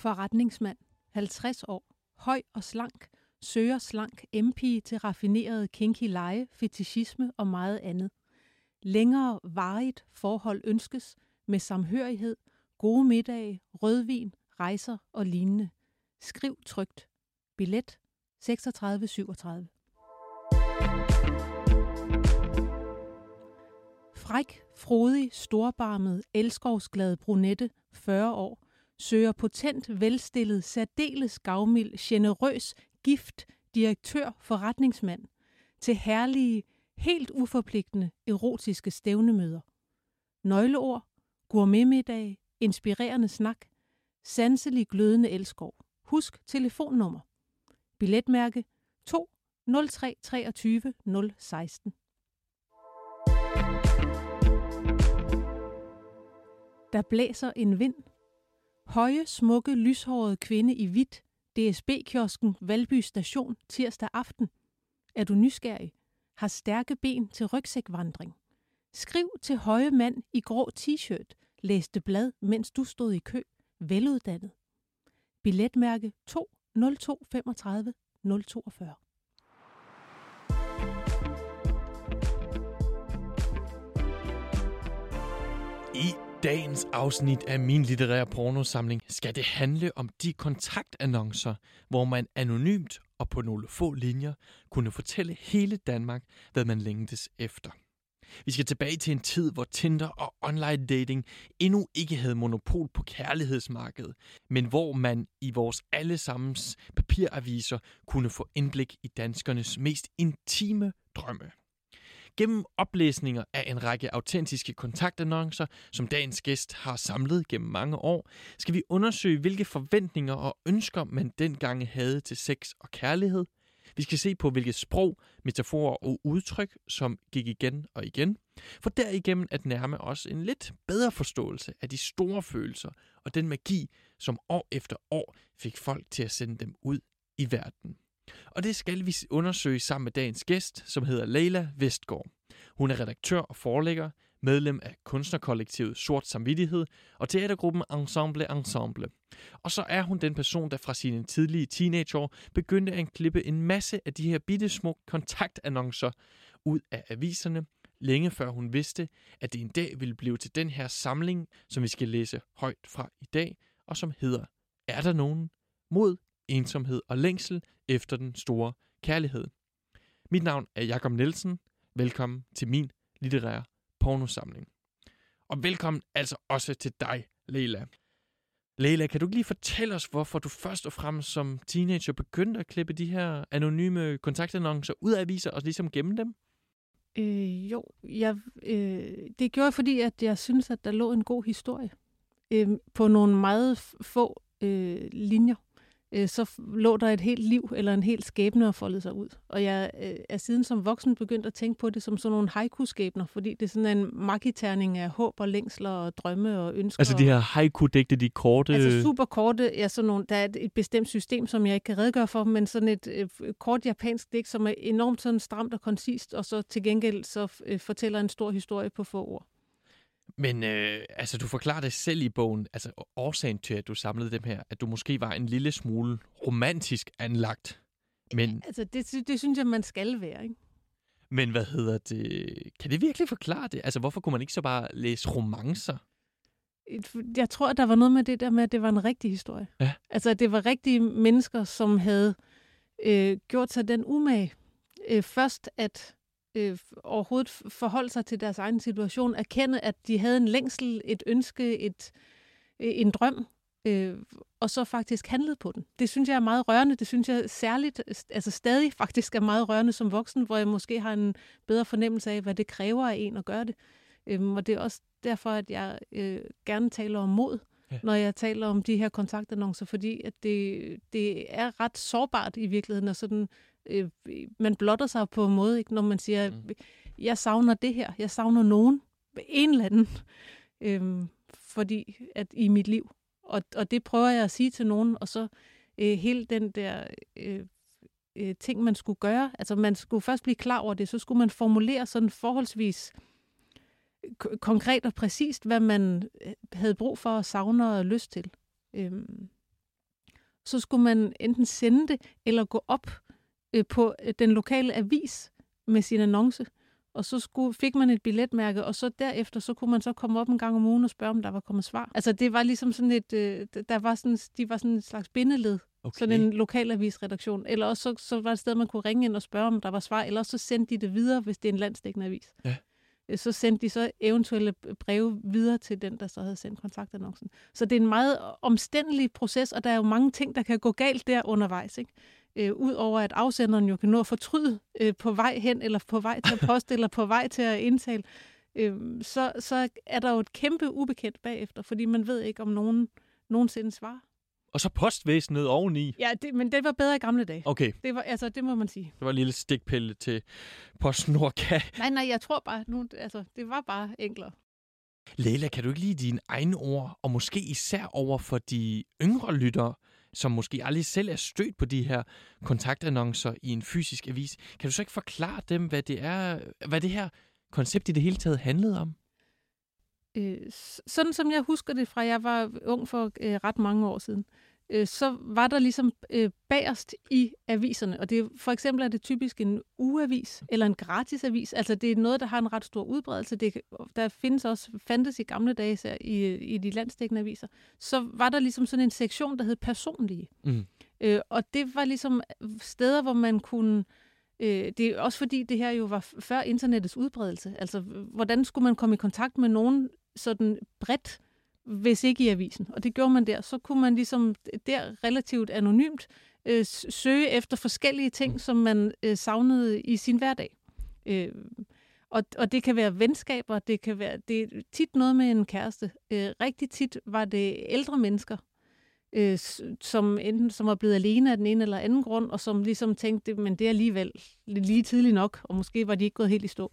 Forretningsmand, 50 år, høj og slank, søger slank M-pige til raffineret kinky leje, fetishisme og meget andet. Længere varigt forhold ønskes med samhørighed, gode middage, rødvin, rejser og lignende. Skriv trygt. Billet 3637. Fræk, frodig, storbarmet, elskovsglad brunette, 40 år, søger potent, velstillet, særdeles gavmild, generøs, gift, direktør, forretningsmand til herlige, helt uforpligtende, erotiske stævnemøder. Nøgleord, gourmetmiddag, inspirerende snak, sanselig glødende elskov. Husk telefonnummer. Billetmærke 2 03 23 016. Der blæser en vind. Høje, smukke, lyshårede kvinde i hvidt. DSB-kiosken Valby Station tirsdag aften. Er du nysgerrig? Har stærke ben til rygsækvandring. Skriv til høje mand i grå t-shirt. Læste blad, mens du stod i kø. Veluddannet. Billetmærke 2 02 35 042. I dagens afsnit af min litterære pornosamling skal det handle om de kontaktannoncer, hvor man anonymt og på nogle få linjer kunne fortælle hele Danmark, hvad man længtes efter. Vi skal tilbage til en tid, hvor Tinder og online dating endnu ikke havde monopol på kærlighedsmarkedet, men hvor man i vores allesammens papiraviser kunne få indblik i danskernes mest intime drømme. Gennem oplæsninger af en række autentiske kontaktannoncer, som dagens gæst har samlet gennem mange år, skal vi undersøge, hvilke forventninger og ønsker man dengang havde til sex og kærlighed. Vi skal se på, hvilket sprog, metaforer og udtryk, som gik igen og igen, for derigennem at nærme os en lidt bedre forståelse af de store følelser og den magi, som år efter år fik folk til at sende dem ud i verden. Og det skal vi undersøge sammen med dagens gæst, som hedder Leila Vestgaard. Hun er redaktør og forlægger, medlem af kunstnerkollektivet Sort Samvittighed og teatergruppen Ensemble. Og så er hun den person, der fra sine tidlige teenageår begyndte at klippe en masse af de her bittesmå kontaktannoncer ud af aviserne, længe før hun vidste, at det en dag ville blive til den her samling, som vi skal læse højt fra i dag, og som hedder Er der nogen? Mod ensomhed og længsel efter den store kærlighed. Mit navn er Jakob Nielsen. Velkommen til min litterære pornosamling. Og velkommen altså også til dig, Leila. Leila, kan du lige fortælle os, hvorfor du først og fremmest som teenager begyndte at klippe de her anonyme kontaktannoncer ud af aviser og ligesom gemme dem? Det gjorde jeg, fordi at jeg synes, at der lå en god historie på nogle meget få linjer. Så lå der et helt liv eller en helt skæbne og foldede sig ud. Og jeg er siden som voksen begyndt at tænke på det som sådan nogle haiku-skæbner, fordi det er sådan en magiterning af håb og længsler og drømme og ønsker. Altså de her haiku-digte, de korte? Altså super korte, ja, sådan nogle, der er et bestemt system, som jeg ikke kan redegøre for, men sådan et kort japansk digt, som er enormt sådan stramt og koncist, og så til gengæld så fortæller en stor historie på få ord. Men du forklarer det selv i bogen, altså årsagen til, at du samlede dem her, at du måske var en lille smule romantisk anlagt. Men altså det synes jeg, man skal være, ikke? Men kan det virkelig forklare det? Altså hvorfor kunne man ikke så bare læse romancer? Jeg tror, at der var noget med det der med, at det var en rigtig historie. Ja. Altså at det var rigtige mennesker, som havde gjort sig den umage. Først at overhovedet forholde sig til deres egen situation, erkende, at de havde en længsel, et ønske, en drøm, og så faktisk handlede på den. Det synes jeg er meget rørende. Det synes jeg særligt, altså stadig faktisk er meget rørende som voksen, hvor jeg måske har en bedre fornemmelse af, hvad det kræver af en at gøre det. Og det er også derfor, at jeg gerne taler om mod, når jeg taler om de her kontaktannoncer, fordi at det er ret sårbart i virkeligheden, og sådan man blotter sig på en måde, ikke, når man siger, jeg savner det her, jeg savner nogen, en eller anden, fordi at i mit liv. Og det prøver jeg at sige til nogen, og så hele den der ting, man skulle gøre, altså man skulle først blive klar over det, så skulle man formulere sådan forholdsvis konkret og præcist, hvad man havde brug for og savner og lyst til. så skulle man enten sende det, eller gå op på den lokale avis med sin annonce. Og så fik man et billetmærke, og så derefter, så kunne man så komme op en gang om ugen og spørge, om der var kommet svar. Altså det var ligesom sådan de var sådan et slags bindeled. Okay. Sådan en lokalavisredaktion. Eller også så var det et sted, man kunne ringe ind og spørge, om der var svar. Eller også så sendte de det videre, hvis det er en landsdækkende avis. Ja. Så sendte de så eventuelle breve videre til den, der så havde sendt kontaktannoncen. Så det er en meget omstændelig proces, og der er jo mange ting, der kan gå galt der undervejs, ikke? Udover at afsenderen jo kan nå at fortryde på vej hen, eller på vej til at poste, eller på vej til at indtale, så er der jo et kæmpe ubekendt bagefter, fordi man ved ikke, om nogen nogensinde svarer. Og så postvæsenet oveni. Ja, men det var bedre i gamle dage. Okay. Det må man sige. Det var en lille stikpille til PostNord. Nej, jeg tror bare, det var bare enklere. Leila, kan du ikke lide dine egne ord, og måske især over for de yngre lyttere, som måske aldrig selv er stødt på de her kontaktannoncer i en fysisk avis? Kan du så ikke forklare dem, hvad det her koncept i det hele taget handlede om? Sådan som jeg husker det fra, jeg var ung for ret mange år siden, så var der ligesom bagerst i aviserne, og for eksempel er det typisk en ugeavis eller en gratisavis, altså det er noget, der har en ret stor udbredelse. Der fandtes i gamle dage i de landsdækkende aviser, så var der ligesom sådan en sektion, der hed personlige. Mm. Og det var ligesom steder, hvor man kunne... Det er også fordi, det her jo var før internettets udbredelse. Altså, hvordan skulle man komme i kontakt med nogen sådan bredt, hvis ikke i avisen? Og det gjorde man der. Så kunne man ligesom der relativt anonymt søge efter forskellige ting, som man savnede i sin hverdag. Og det kan være venskaber, det er tit noget med en kæreste. Rigtig tit var det ældre mennesker, som var blevet alene af den ene eller anden grund, og som ligesom tænkte, men det er alligevel lige tidligt nok, og måske var de ikke gået helt i stå.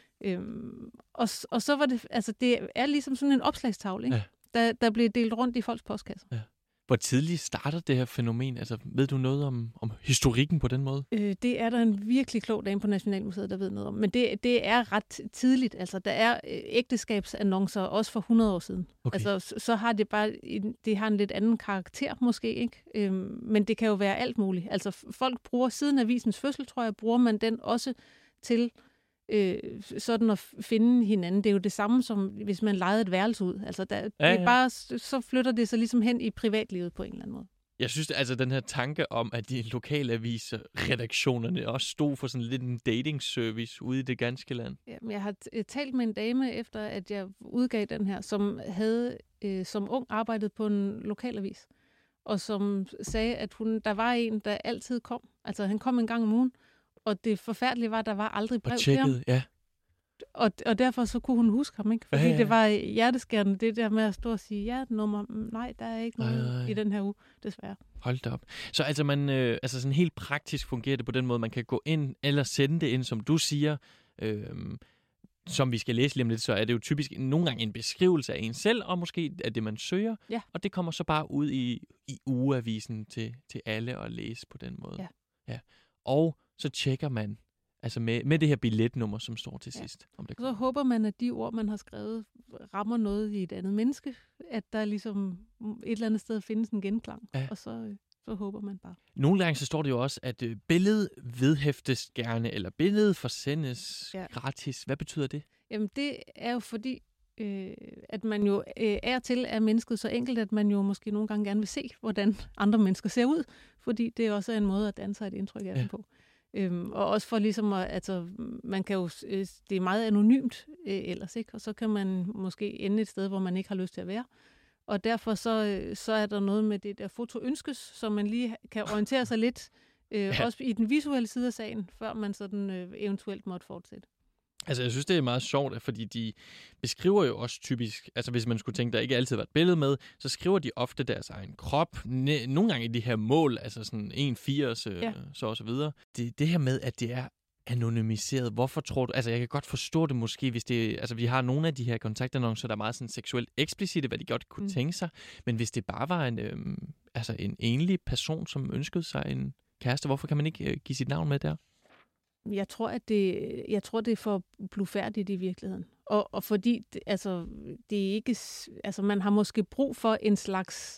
Og så var det, altså det er ligesom sådan en opslagstavle, ikke? Ja. Der blev delt rundt i folks postkasser. Ja. Hvor tidligt starter det her fænomen? Altså, ved du noget om historikken på den måde? Det er der en virkelig klog dame på Nationalmuseet, der ved noget om. Men det er ret tidligt. Altså, der er ægteskabsannoncer også for 100 år siden. Okay. Altså, så har det har en lidt anden karakter måske, ikke? Men det kan jo være alt muligt. Altså, folk bruger siden avisens fødsel, tror jeg, bruger man den også til sådan at finde hinanden. Det er jo det samme som, hvis man lejede et værelse ud. Altså, så flytter det sig ligesom hen i privatlivet på en eller anden måde. Jeg synes, altså den her tanke om, at de lokale aviser, redaktionerne også stod for sådan lidt en dating-service ude i det ganske land. Jamen, jeg har talt med en dame, efter at jeg udgav den her, som havde som ung arbejdet på en lokalavis, og som sagde, at der var en, der altid kom. Altså, han kom en gang om ugen, og det forfærdelige var, at der var aldrig brev til ham. Ja. Og derfor så kunne hun huske ham, ikke? Fordi det var hjerteskærende, det der med at stå og sige, nummer, nej, der er ikke noget i den her uge, desværre. Hold da op. Så altså, sådan helt praktisk fungerer det på den måde, man kan gå ind eller sende det ind, som du siger, som vi skal læse lige om lidt, så er det jo typisk nogle gange en beskrivelse af en selv, og måske af det, man søger, og det kommer så bare ud i ugeavisen til alle at læse på den måde. Ja. Og så tjekker man altså med det her billetnummer, som står til sidst. Om det så håber man, at de ord, man har skrevet, rammer noget i et andet menneske. At der ligesom et eller andet sted findes en genklang. Ja. Og så håber man bare. Nogle gange så står det jo også, at billedet vedhæftes gerne, eller billedet forsendes gratis. Hvad betyder det? Jamen det er jo fordi, at man jo er til er mennesket så enkelt, at man jo måske nogle gange gerne vil se, hvordan andre mennesker ser ud. Fordi det er også en måde at danne sig et indtryk af dem på. Og også for ligesom man kan jo, det er meget anonymt ellers, ikke? Og så kan man måske ende et sted, hvor man ikke har lyst til at være. Og derfor så er der noget med det der foto ønskes, som man lige kan orientere sig lidt, også i den visuelle side af sagen, før man sådan eventuelt måtte fortsætte. Altså, jeg synes, det er meget sjovt, fordi de beskriver jo også typisk, altså hvis man skulle tænke, der ikke altid var et billede med, så skriver de ofte deres egen krop. Nogle gange i de her mål, altså sådan 1,80, så og så videre. Det her med, at det er anonymiseret, hvorfor tror du, altså jeg kan godt forstå det måske, hvis det, altså vi har nogle af de her kontaktannoncer, der er meget sådan seksuelt eksplicite, hvad de godt kunne tænke sig, men hvis det bare var en enlig person, som ønskede sig en kæreste, hvorfor kan man ikke give sit navn med der? Jeg tror, det er for blufærdigt i virkeligheden. Og fordi det er ikke, altså man har måske brug for en slags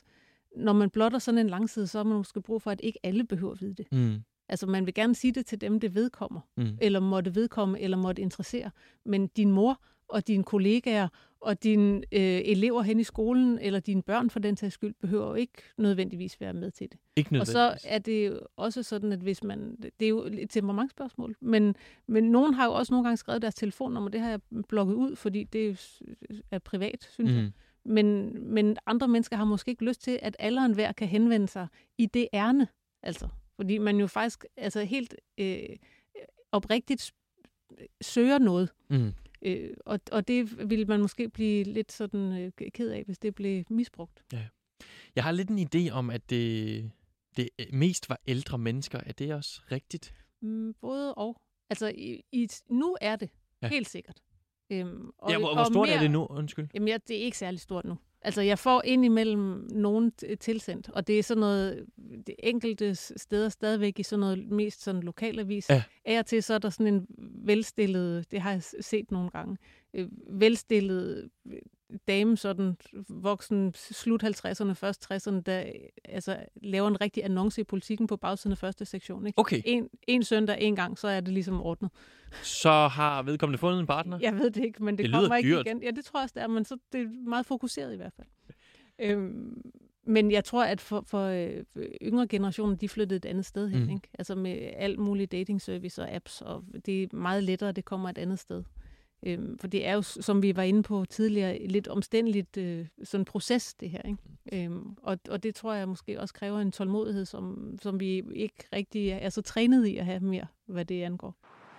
når man blotter sådan en langside, så har man måske brug for, at ikke alle behøver at vide det. Mm. Altså, man vil gerne sige det til dem, det vedkommer, Mm. eller måtte vedkomme, eller måtte interessere. Men din mor og dine kollegaer og dine elever hen i skolen, eller dine børn for den sags skyld, behøver jo ikke nødvendigvis være med til det. Ikke Og nødvendigvis. så er det jo også sådan, at hvis man... Det er jo et temperamentsspørgsmål, men nogen har jo også nogle gange skrevet deres telefonnummer, det har jeg blokket ud, fordi det er privat, synes jeg. Men andre mennesker har måske ikke lyst til, at alle og enhver kan henvende sig i det ærne, altså. Fordi man jo faktisk helt oprigtigt søger noget. Mm. Og det ville man måske blive lidt sådan ked af, hvis det blev misbrugt. Ja. Jeg har lidt en idé om, at det mest var ældre mennesker. Er det også rigtigt? Både og. Altså, nu er det helt sikkert. Hvor stort mere, er det nu? Undskyld. Jamen, det er ikke særlig stort nu. Altså, jeg får indimellem nogen tilsendt, og det er sådan noget, det enkelte steder stadigvæk i sådan noget mest sådan lokalavis. Ja. Af og til, så er der sådan en velstillet, det har jeg set nogle gange, velstillet dame, sådan voksen, slut 50'erne, først 60'erne, der laver en rigtig annonce i Politikken på bagsiden af første sektion. Ikke? Okay. En søndag, en gang, så er det ligesom ordnet. Så har vedkommende fundet en partner? Jeg ved det ikke, men det kommer ikke igen. Ja, det tror jeg også, det er, men så det er meget fokuseret i hvert fald. Men jeg tror, at for yngre generationer, de flyttede et andet sted hen. Ikke? Altså med alt muligt dating service og apps, og det er meget lettere, det kommer et andet sted. For det er jo, som vi var inde på tidligere, lidt omstændeligt sådan en proces, det her. Ikke? Og det tror jeg måske også kræver en tålmodighed, som vi ikke rigtig er så trænet i at have mere, hvad det angår.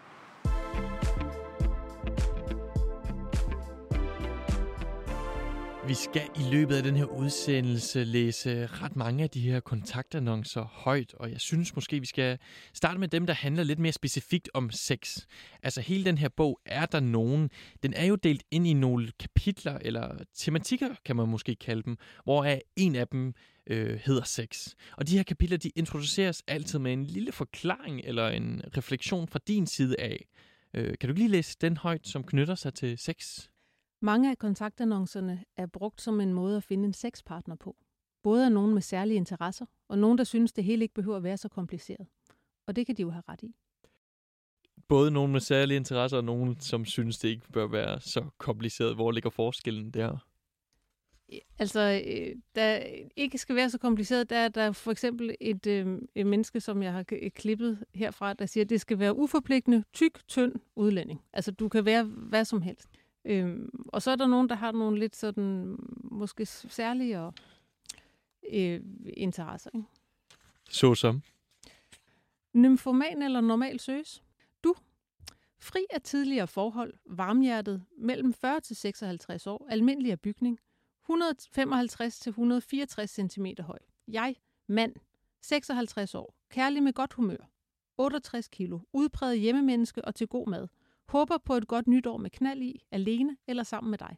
Vi skal i løbet af den her udsendelse læse ret mange af de her kontaktannoncer højt, og jeg synes måske, vi skal starte med dem, der handler lidt mere specifikt om sex. Altså hele den her bog, er der nogen? Den er jo delt ind i nogle kapitler, eller tematikker, kan man måske kalde dem, hvor en af dem hedder sex. Og de her kapitler, de introduceres altid med en lille forklaring, eller en refleksion fra din side af. Kan du lige læse den højt, som knytter sig til sex? Mange af kontaktannoncerne er brugt som en måde at finde en sexpartner på. Både af nogen med særlige interesser, og nogen, der synes, det hele ikke behøver at være så kompliceret. Og det kan de jo have ret i. Både nogen med særlige interesser, og nogen, som synes, det ikke bør være så kompliceret. Hvor ligger forskellen der? Altså, der ikke skal være så kompliceret, der er der for eksempel et menneske, som jeg har klippet herfra, der siger, at det skal være uforpligtende, tyk, tynd udlænding. Altså, du kan være hvad som helst. Og så er der nogen, der har nogle lidt sådan, måske særlige interesser. Ikke? Såsom? Nymfoman eller normal søges? Du. Fri af tidligere forhold, varmhjertet, mellem 40 til 56 år, almindelig af bygning, 155 til 164 cm høj. Jeg, mand, 56 år, kærlig med godt humør, 68 kilo, udpræget hjemmemenneske og til god mad. Håber på et godt nytår med knald i, alene eller sammen med dig.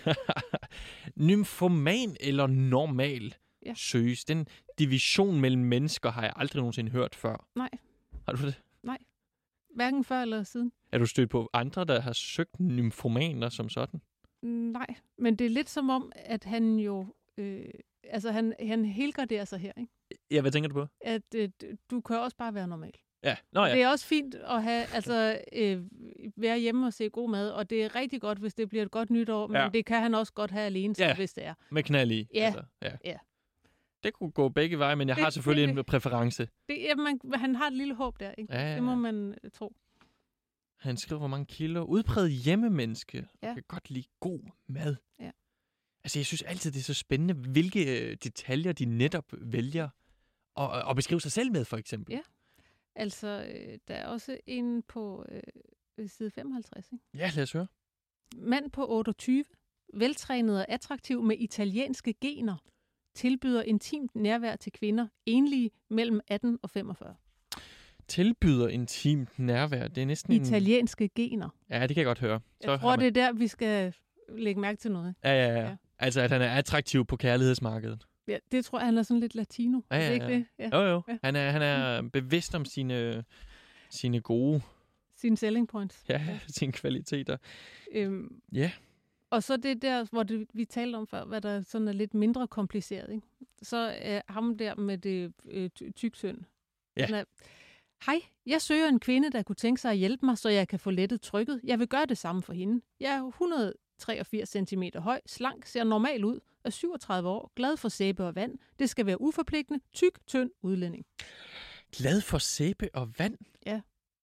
Nymfoman eller normal søges. Den division mellem mennesker har jeg aldrig nogensinde hørt før. Nej. Har du det? Nej. Hverken før eller siden. Er du stødt på andre, der har søgt nymfomaner som sådan? Nej, men det er lidt som om, at han jo... han helgarderer sig her, ikke? Ja, hvad tænker du på? At du kan også bare være normal. Ja. Nå, ja. Det er også fint at have, være hjemme og se god mad, og det er rigtig godt, hvis det bliver et godt nytår, men det kan han også godt have alene, hvis det er. Med knald i. Ja. Ja. Det kunne gå begge veje, men jeg har selvfølgelig en præference. Han har et lille håb der, ikke? Ja. Det må man tro. Han skriver, hvor mange kilo. Udpræget hjemmemenneske. Jeg kan godt lide god mad. Ja. Altså, jeg synes altid, det er så spændende, hvilke detaljer de netop vælger at beskrive sig selv med, for eksempel. Ja. Altså, der er også en på side 55, ikke? Ja, lad os høre. Mand på 28, veltrænet og attraktiv med italienske gener, tilbyder intimt nærvær til kvinder, enlige mellem 18 og 45. Tilbyder intimt nærvær, det er næsten... Italienske gener. Ja, det kan jeg godt høre. Jeg tror, det er der, vi skal lægge mærke til noget. Ja. Altså, at han er attraktiv på kærlighedsmarkedet. Ja, det tror jeg, han er sådan lidt latino. Ja. Er det ikke det? Ja. Jo. Ja. Han er bevidst om sine gode... Sine selling points. Ja, sine kvaliteter. Ja. Og så det der, hvor vi talte om før, hvad der sådan er lidt mindre kompliceret. Ikke? Så ham der med det tyksøn. Ja. Hej, jeg søger en kvinde, der kunne tænke sig at hjælpe mig, så jeg kan få lettet trykket. Jeg vil gøre det samme for hende. Jeg er 183 cm høj, slank, ser normal ud, er 37 år, glad for sæbe og vand. Det skal være uforpligtende, tyk, tynd udlænding. Glad for sæbe og vand? Ja.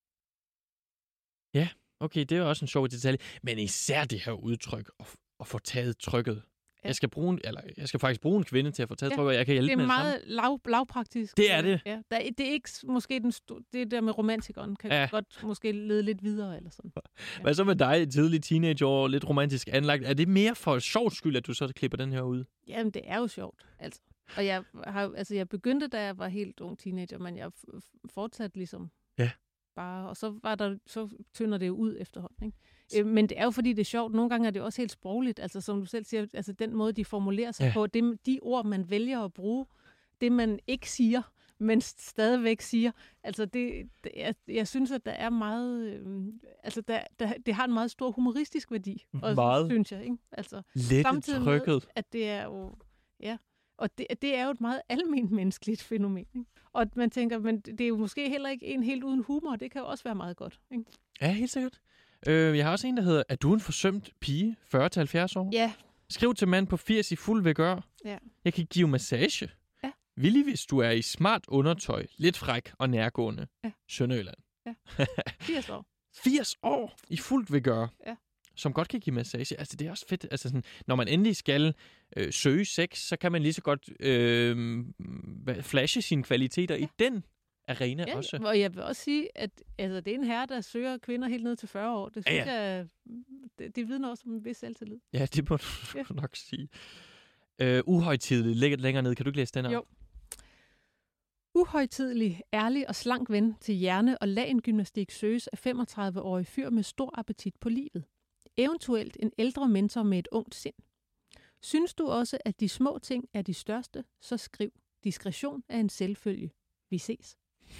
Ja, okay, det er også en sjov detalje. Men især det her udtryk, at få taget trykket. Ja. Jeg skal faktisk bruge en kvinde til at få taget trykket, og jeg kan hjælpe med det samme. Det er meget lavpraktisk. Det er det. Ja, det er ikke måske det der med romantikeren, kan godt måske lede lidt videre eller sådan. Ja. Hvad så med dig, tidlig teenageår, lidt romantisk anlagt? Er det mere for sjovt skyld, at du så klipper den her ud? Jamen, det er jo sjovt, altså. Og jeg begyndte, da jeg var helt ung teenager, men jeg fortsatte ligesom bare, og så tynder det jo ud efterhånden, ikke? Men det er jo, fordi det er sjovt. Nogle gange er det også helt sprogligt, altså som du selv siger, altså den måde, de formulerer sig på, de ord, man vælger at bruge, det man ikke siger, men stadigvæk siger. Altså jeg synes, at der er meget, det har en meget stor humoristisk værdi, også, synes jeg, ikke? Altså samtidig med, at det er jo, og det er jo et meget alment menneskeligt fænomen, ikke? Og man tænker, men det er jo måske heller ikke en helt uden humor. Det kan jo også være meget godt, ikke? Ja, helt sikkert. Jeg har også en, der hedder, er du en forsømt pige, 40-70 år? Ja. Skriv til mand på 80 i fuld vigør. Ja. Jeg kan give massage. Ja. Villig, hvis du er i smart undertøj, lidt fræk og nærgående. Ja. Sønderjylland. Ja. 80 år. 80 år i fuldt vigør. Ja. Som godt kan give massage. Altså, det er også fedt. Altså, sådan, når man endelig skal søge sex, så kan man lige så godt flashe sine kvaliteter i den arena også. Og jeg vil også sige, at det er en herre, der søger kvinder helt ned til 40 år. Det synes jeg, det vidner også om en vis selvtillid. Ja, det må du nok sige. Uhøjtidelig, lidt længere ned. Kan du ikke læse den op? Jo. Uhøjtidelig, ærlig og slank ven til hjerne- og lagengymnastik søges af 35-årig fyr med stor appetit på livet. Eventuelt en ældre mentor med et ungt sind. Synes du også, at de små ting er de største, så skriv. Diskretion er en selvfølge. Vi ses.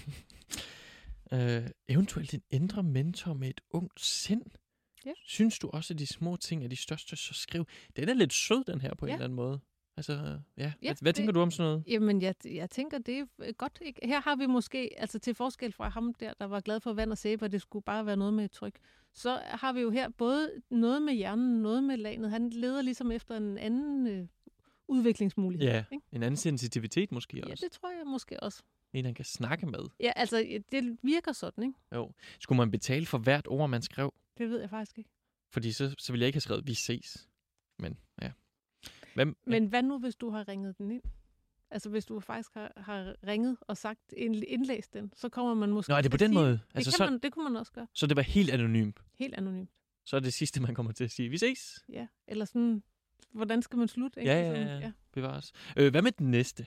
Eventuelt en ældre mentor med et ungt sind. Ja. Synes du også, at de små ting er de største, så skriv. Den er lidt sød, den her, på en eller anden måde. Altså, hvad tænker du om sådan noget? Jamen, jeg tænker, det er godt. Ikke? Her har vi måske, altså til forskel fra ham der var glad for vand og sæbe, og det skulle bare være noget med et tryk. Så har vi jo her både noget med hjernen, noget med lagenet. Han leder ligesom efter en anden udviklingsmulighed. Ja, ikke? En anden sensitivitet måske også. Ja, det tror jeg måske også. En, han kan snakke med. Ja, altså, det virker sådan, ikke? Jo. Skulle man betale for hvert ord, man skrev? Det ved jeg faktisk ikke. Fordi så ville jeg ikke have skrevet, vi ses. Men, ja. Men hvad nu, hvis du har ringet den ind? Altså, hvis du faktisk har ringet og sagt, indlæst den, så kommer man måske... Nå, er det på den måde? Altså, det kunne man også gøre. Så det var helt anonymt? Helt anonymt. Så er det sidste, man kommer til at sige, vi ses? Ja, eller sådan, hvordan skal man slutte? Ikke? Ja. Bevares. Hvad med den næste?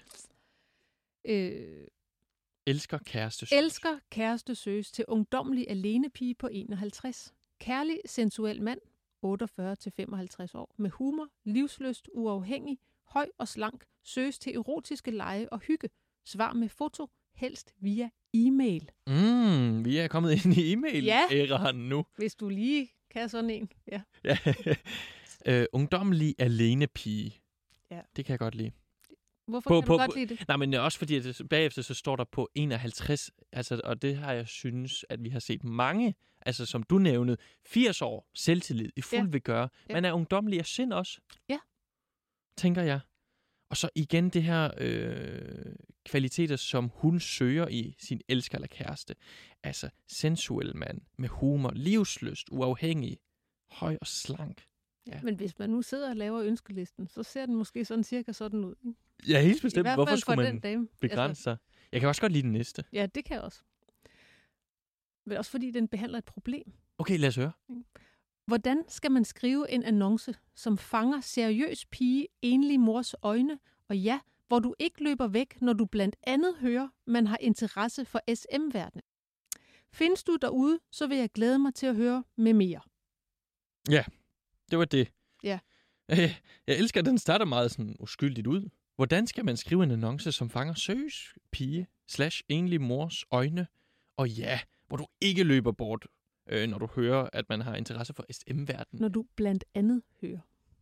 Elsker kæreste søges. Elsker kæreste søges til ungdomlig alenepige på 51. Kærlig, sensuel mand, 48-55 år, med humor, livslyst, uafhængig, høj og slank, søges til erotiske lege og hygge. Svar med foto, helst via e-mail. Vi er kommet ind i e-mail-æraen nu. Hvis du lige kan sådan en. Ja. Ungdomlig alenepige. Ja. Det kan jeg godt lide. Hvorfor kan du godt lide det? Nej, men også fordi, at bagefter så står der på 51, altså, og det har jeg synes, at vi har set mange, altså som du nævnede, 80 år selvtillid i fuld vigør. Ja. Man er ungdomlig af sind også. Ja. Tænker jeg. Og så igen det her kvaliteter, som hun søger i sin elsker eller kæreste. Altså sensuel mand, med humor, livslyst, uafhængig, høj og slank. Ja. Men hvis man nu sidder og laver ønskelisten, så ser den måske sådan cirka sådan ud. Ikke? Ja, helt bestemt. Hvorfor skulle man begrænse sig? Jeg kan også godt lide den næste. Ja, det kan jeg også. Men også fordi den behandler et problem. Okay, lad os høre. Hvordan skal man skrive en annonce, som fanger seriøs pige, enlig mors øjne, og ja, hvor du ikke løber væk, når du blandt andet hører, man har interesse for SM-verdenen? Findes du derude, så vil jeg glæde mig til at høre med mere. Ja, det var det. Ja. Jeg elsker, at den starter meget sådan uskyldigt ud. Hvordan skal man skrive en annonce, som fanger seriøs pige / enlig mors øjne, og ja, hvor du ikke løber bort, når du hører, at man har interesse for SM-verdenen? Når du blandt andet hører.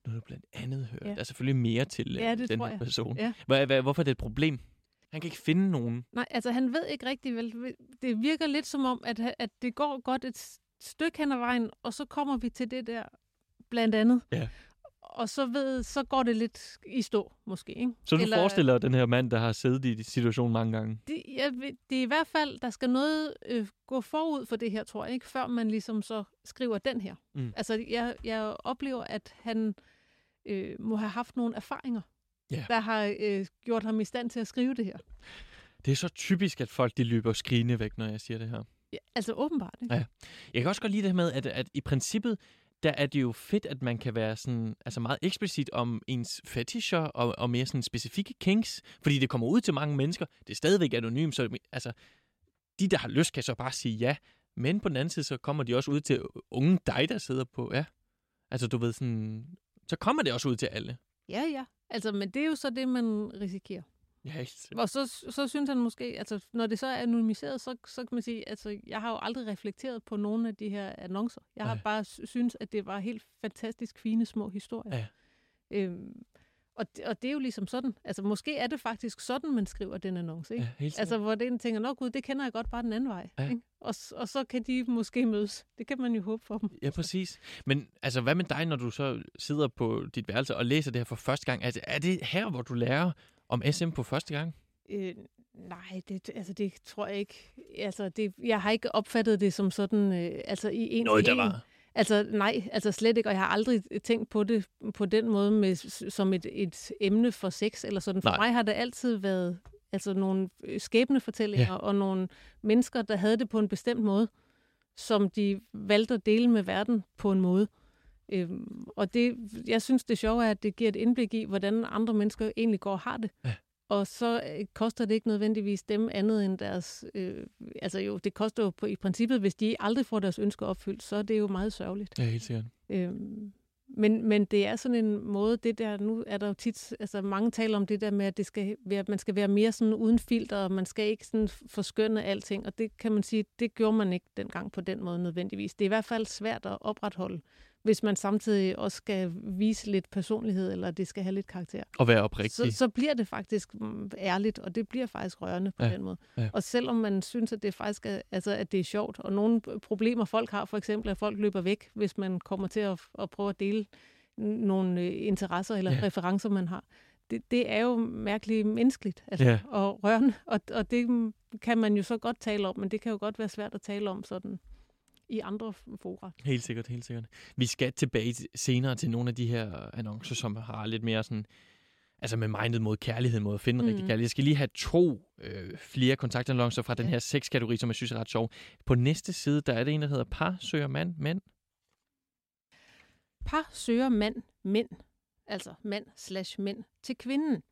Nu har du blandt andet hørt. Ja. Der er selvfølgelig mere til det den tror her jeg. person. Ja. Hvorfor er det et problem? Han kan ikke finde nogen. Nej, altså han ved ikke rigtigt vel. Det virker lidt som om, at det går godt et stykke hen ad vejen, og så kommer vi til det der blandt andet. Ja. Og så går det lidt i stå, måske. Ikke? Så du forestiller den her mand, der har siddet i situationen mange gange? Det er i hvert fald, der skal noget gå forud for det her, tror jeg, ikke? Før man ligesom så skriver den her. Mm. Altså, jeg oplever, at han må have haft nogle erfaringer, der har gjort ham i stand til at skrive det her. Det er så typisk, at folk de løber skrigende væk, når jeg siger det her. Ja, altså åbenbart, ikke? Ja. Jeg kan også godt lide det her med, at i princippet, der er det jo fedt, at man kan være sådan, altså meget eksplicit om ens fetisher og mere sådan specifikke kinks, fordi det kommer ud til mange mennesker. Det er stadigvæk anonymt, så altså, de, der har lyst, kan så bare sige ja. Men på den anden side, så kommer de også ud til unge dig, der sidder på, ja. Altså, du ved sådan, så kommer det også ud til alle. Ja. Altså, men det er jo så det, man risikerer. Ja, helt. Og så synes han måske, altså når det så er anonymiseret, så kan man sige, altså jeg har jo aldrig reflekteret på nogle af de her annoncer. Jeg har bare synes, at det var helt fantastisk fine små historier. Ja. Og det er jo ligesom sådan. Altså måske er det faktisk sådan, man skriver den annonce. Ikke? Ja, altså hvor den tænker, nå gud, det kender jeg godt bare den anden vej. Ja. Ikke? Og så kan de måske mødes. Det kan man jo håbe for dem. Ja, præcis. Men altså, hvad med dig, når du så sidder på dit værelse og læser det her for første gang? Altså, er det her, hvor du lærer om SM på første gang? Nej, det tror jeg ikke. Altså, jeg har ikke opfattet det som sådan, altså i en... Noget, der var... Altså nej, altså slet ikke, og jeg har aldrig tænkt på det på den måde som et emne for sex eller sådan. For mig har det altid været altså nogle skæbnefortællinger og nogle mennesker, der havde det på en bestemt måde, som de valgte at dele med verden på en måde. Og jeg synes, det sjove er, at det giver et indblik i, hvordan andre mennesker egentlig går og har det. Ja. Og så koster det ikke nødvendigvis dem andet end deres... altså jo, det koster jo i princippet, hvis de aldrig får deres ønsker opfyldt, så er det jo meget sørgeligt. Ja, helt sikkert. Men det er sådan en måde, det der, nu er der jo tit, altså mange taler om det der med, at man skal være mere sådan uden filter, og man skal ikke sådan forskønne alting, og det kan man sige, det gjorde man ikke dengang på den måde nødvendigvis. Det er i hvert fald svært at opretholde, hvis man samtidig også skal vise lidt personlighed, eller det skal have lidt karakter. Og være oprigtig. Så bliver det faktisk ærligt, og det bliver faktisk rørende på den måde. Ja. Og selvom man synes, at det faktisk er, altså, at det er sjovt, og nogle problemer folk har, for eksempel, at folk løber væk, hvis man kommer til at prøve at dele nogle interesser eller referencer, man har. Det er jo mærkeligt menneskeligt og rørende, og det kan man jo så godt tale om, men det kan jo godt være svært at tale om sådan i andre fora. Helt sikkert, helt sikkert. Vi skal tilbage senere til nogle af de her annoncer, som har lidt mere sådan, altså med mindet mod kærlighed, mod at finde rigtig kærlighed. Jeg skal lige have 2 flere kontaktannoncer fra den her sexkategori, som jeg synes er ret sjov. På næste side, der er det en, der hedder par søger mænd. Par søger mænd. Altså mand/mænd til kvinden.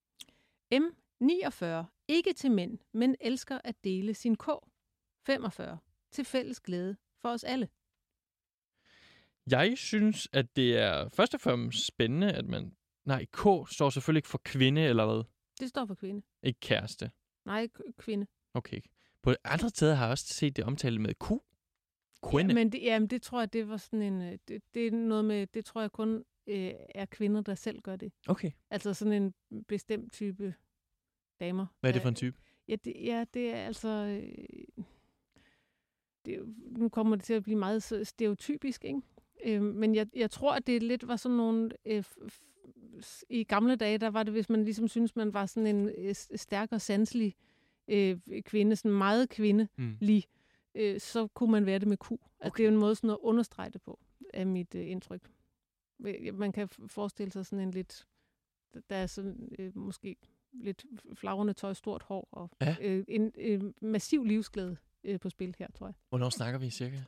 M49. Ikke til mænd, men elsker at dele sin K. 45. Til fælles glæde for os alle. Jeg synes, at det er først og fremmest spændende, at man... Nej, K står selvfølgelig ikke for kvinde, eller hvad? Det står for kvinde. Ikke kæreste? Nej, kvinde. Okay. På andre steder har jeg også set det omtalt med Q. Kvinde. Ja, men det tror jeg, det var sådan en... Det er noget med... Det tror jeg kun er kvinder, der selv gør det. Okay. Altså sådan en bestemt type damer. Hvad er det for en type? Ja, det er altså... Nu kommer det til at blive meget stereotypisk, ikke? Men jeg tror, at det lidt var sådan nogle... I gamle dage, der var det, hvis man ligesom synes, man var sådan en stærk og sanselig kvinde, sådan meget kvindelig, så kunne man være det med Q. Okay. Altså, det er jo en måde sådan at understrege det på, af mit indtryk. Man kan forestille sig sådan en lidt... Der er sådan måske lidt flagrende tøj, stort hår og en massiv livsglæde på spil her, tror jeg. Hvornår snakker vi cirka?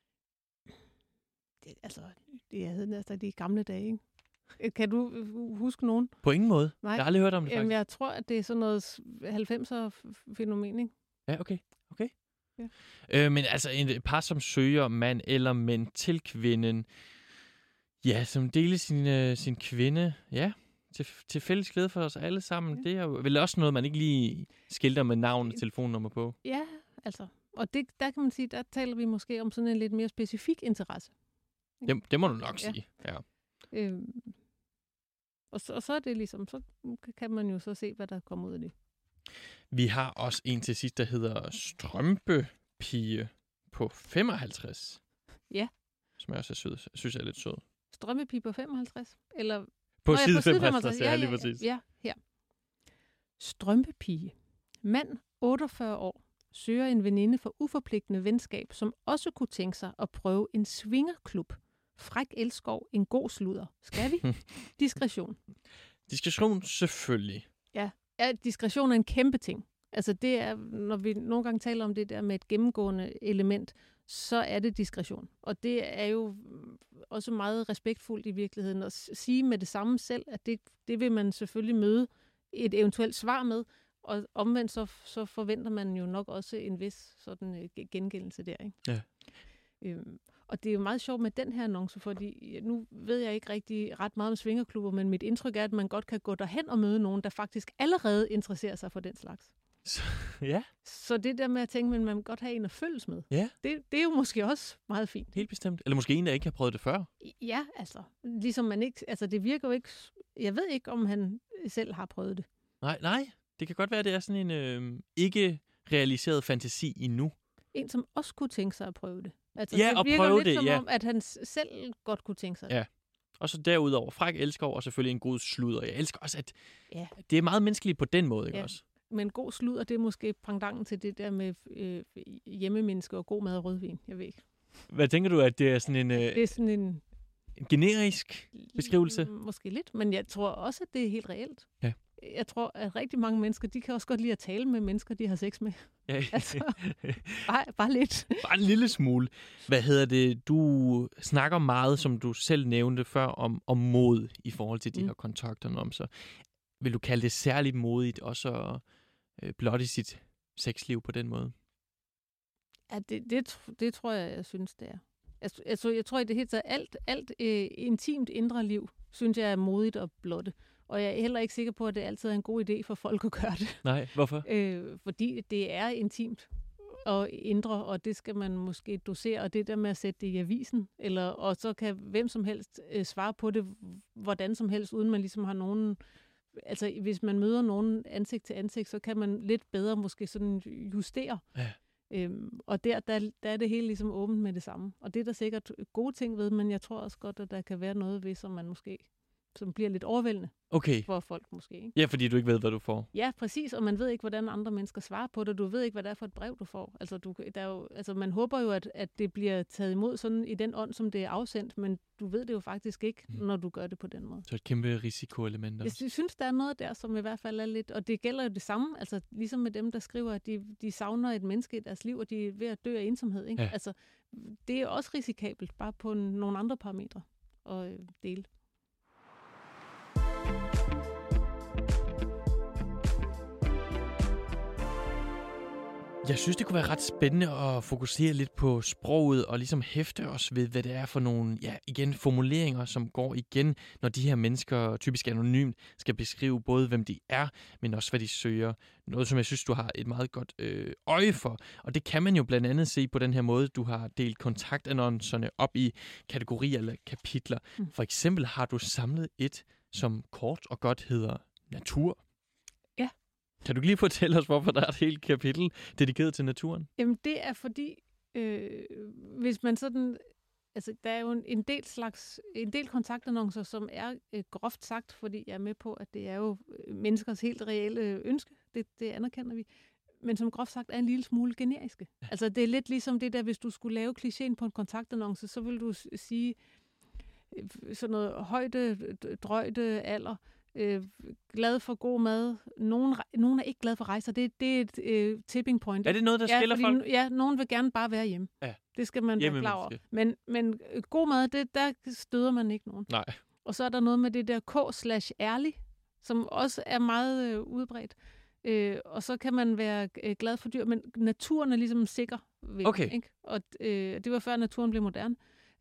Det er de gamle dage, ikke? Kan du huske nogen? På ingen måde. Nej. Jeg har aldrig hørt om det, faktisk. Jeg tror, at det er sådan noget 90'er-fænomen, ikke? Ja, okay. Ja. Men altså et par, som søger mand eller mænd til kvinden, ja, som deler sin kvinde, til fælles glæde for os alle sammen. Ja. Det er jo vel også noget, man ikke lige skilter med navn og telefonnummer på. Ja, altså. Og der kan man sige, der taler vi måske om sådan en lidt mere specifik interesse. Det må du nok sige, ja. Og så er det ligesom, så kan man jo så se, hvad der kommer ud af det. Vi har også en til sidst, der hedder Strømpepige på 55. Ja. Som jeg også er sød. Jeg synes, jeg er lidt sød. Strømpepige på 55? Eller... På side 55, ja, lige præcis. Ja, her. Strømpepige. Mand, 48 år, søger en veninde for uforpligtende venskab, som også kunne tænke sig at prøve en swingerklub. Fræk elskov, en god sludder. Skal vi? Diskretion. Diskretion, selvfølgelig. Ja, diskretion er en kæmpe ting. Altså det er, når vi nogle gange taler om det der med et gennemgående element, så er det diskretion. Og det er jo også meget respektfuldt i virkeligheden at sige med det samme selv, at det vil man selvfølgelig møde et eventuelt svar med, og omvendt så forventer man jo nok også en vis sådan gengældelse der, ikke? Ja. Og det er jo meget sjovt med den her annonce, fordi nu ved jeg ikke rigtig ret meget om swingerklubber, men mit indtryk er, at man godt kan gå derhen og møde nogen, der faktisk allerede interesserer sig for den slags. Ja. Så det der med at tænke, at man kan godt have en at følges med, ja. Det er jo måske også meget fint. Helt bestemt. Eller måske en, der ikke har prøvet det før. Ja, altså. Ligesom man ikke... Altså, det virker jo ikke... Jeg ved ikke, om han selv har prøvet det. Nej. Det kan godt være, at det er sådan en ikke realiseret fantasi endnu. En, som også kunne tænke sig at prøve det. Altså, ja, det og virker prøve lidt det, som ja. om, at han selv godt kunne tænke sig det. Ja. Og så derudover fræk elskov, og selvfølgelig en god sludder. Jeg elsker også, at ja. Det er meget menneskeligt på den måde, ikke ja. også? Men god sludder, det er måske pendant til det der med hjemmemennesker og god mad og rødvin. Jeg ved ikke. Hvad tænker du, at det er sådan en... det er sådan en generisk beskrivelse? Måske lidt, men jeg tror også, at det er helt reelt. Ja. Jeg tror, at rigtig mange mennesker, de kan også godt lide at tale med mennesker, de har sex med. Ja. Altså, bare lidt. Bare en lille smule. Hvad hedder det? Du snakker meget, som du selv nævnte før, om mod i forhold til de her kontaktannoncer. Vil du kalde det særligt modigt også at blotte sit sexliv på den måde? Ja, det tror jeg synes, det er. Jeg tror i det hele taget, alt intimt indre liv, synes jeg er modigt at blotte. Og jeg er heller ikke sikker på, at det altid er en god idé for folk at gøre det. Nej, hvorfor? Fordi det er intimt og indre, og det skal man måske dosere. Og det der med at sætte det i avisen, og så kan hvem som helst svare på det, hvordan som helst, uden man ligesom har nogen... Altså, hvis man møder nogen ansigt til ansigt, så kan man lidt bedre måske sådan justere. Ja. Og der er det hele ligesom åbent med det samme. Og det er der sikkert gode ting ved, men jeg tror også godt, at der kan være noget ved, som man måske som bliver lidt overvældende for folk måske. Ikke? Ja, fordi du ikke ved, hvad du får. Ja, præcis, og man ved ikke, hvordan andre mennesker svarer på det. Du ved ikke, hvad det er for et brev, du får. Altså, man håber jo, at det bliver taget imod sådan i den ånd, som det er afsendt, men du ved det jo faktisk ikke, når du gør det på den måde. Så et kæmpe risikoelement også. Jeg synes, der er noget der, som i hvert fald er lidt, og det gælder jo det samme, altså ligesom med dem, der skriver, at de savner et menneske i deres liv, og de er ved at dø af ensomhed. Ikke? Ja. Altså, det er også risikabelt, bare på nogle andre parametre at dele. Jeg synes, det kunne være ret spændende at fokusere lidt på sproget og ligesom hæfte os ved, hvad det er for nogle, formuleringer, som går igen, når de her mennesker, typisk anonymt, skal beskrive både, hvem de er, men også, hvad de søger. Noget, som jeg synes, du har et meget godt øje for. Og det kan man jo blandt andet se på den her måde, du har delt kontaktannoncerne op i kategorier eller kapitler. For eksempel har du samlet et, som kort og godt hedder natur. Kan du lige fortælle os, hvorfor der er et helt kapitel dedikeret til naturen? Jamen, det er fordi, hvis man sådan... Altså, der er jo en del kontaktannoncer, som er groft sagt, fordi jeg er med på, at det er jo menneskers helt reelle ønske. Det anerkender vi. Men som groft sagt er en lille smule generiske. Ja. Altså, det er lidt ligesom det der, hvis du skulle lave klichéen på en kontaktannonce, så vil du sige sådan noget højde, drøjde, alder, glad for god mad. Nogen er ikke glad for rejser. Det er et tipping point. Er det noget, der skiller folk? Ja, nogen vil gerne bare være hjemme. Ja. Det skal man være klar over. Men god mad, der støder man ikke nogen. Nej. Og så er der noget med det der K/ærlig, som også er meget udbredt. Og så kan man være glad for dyr, men naturen er ligesom sikker ved. Okay. Ikke? Og det var før naturen blev moderne.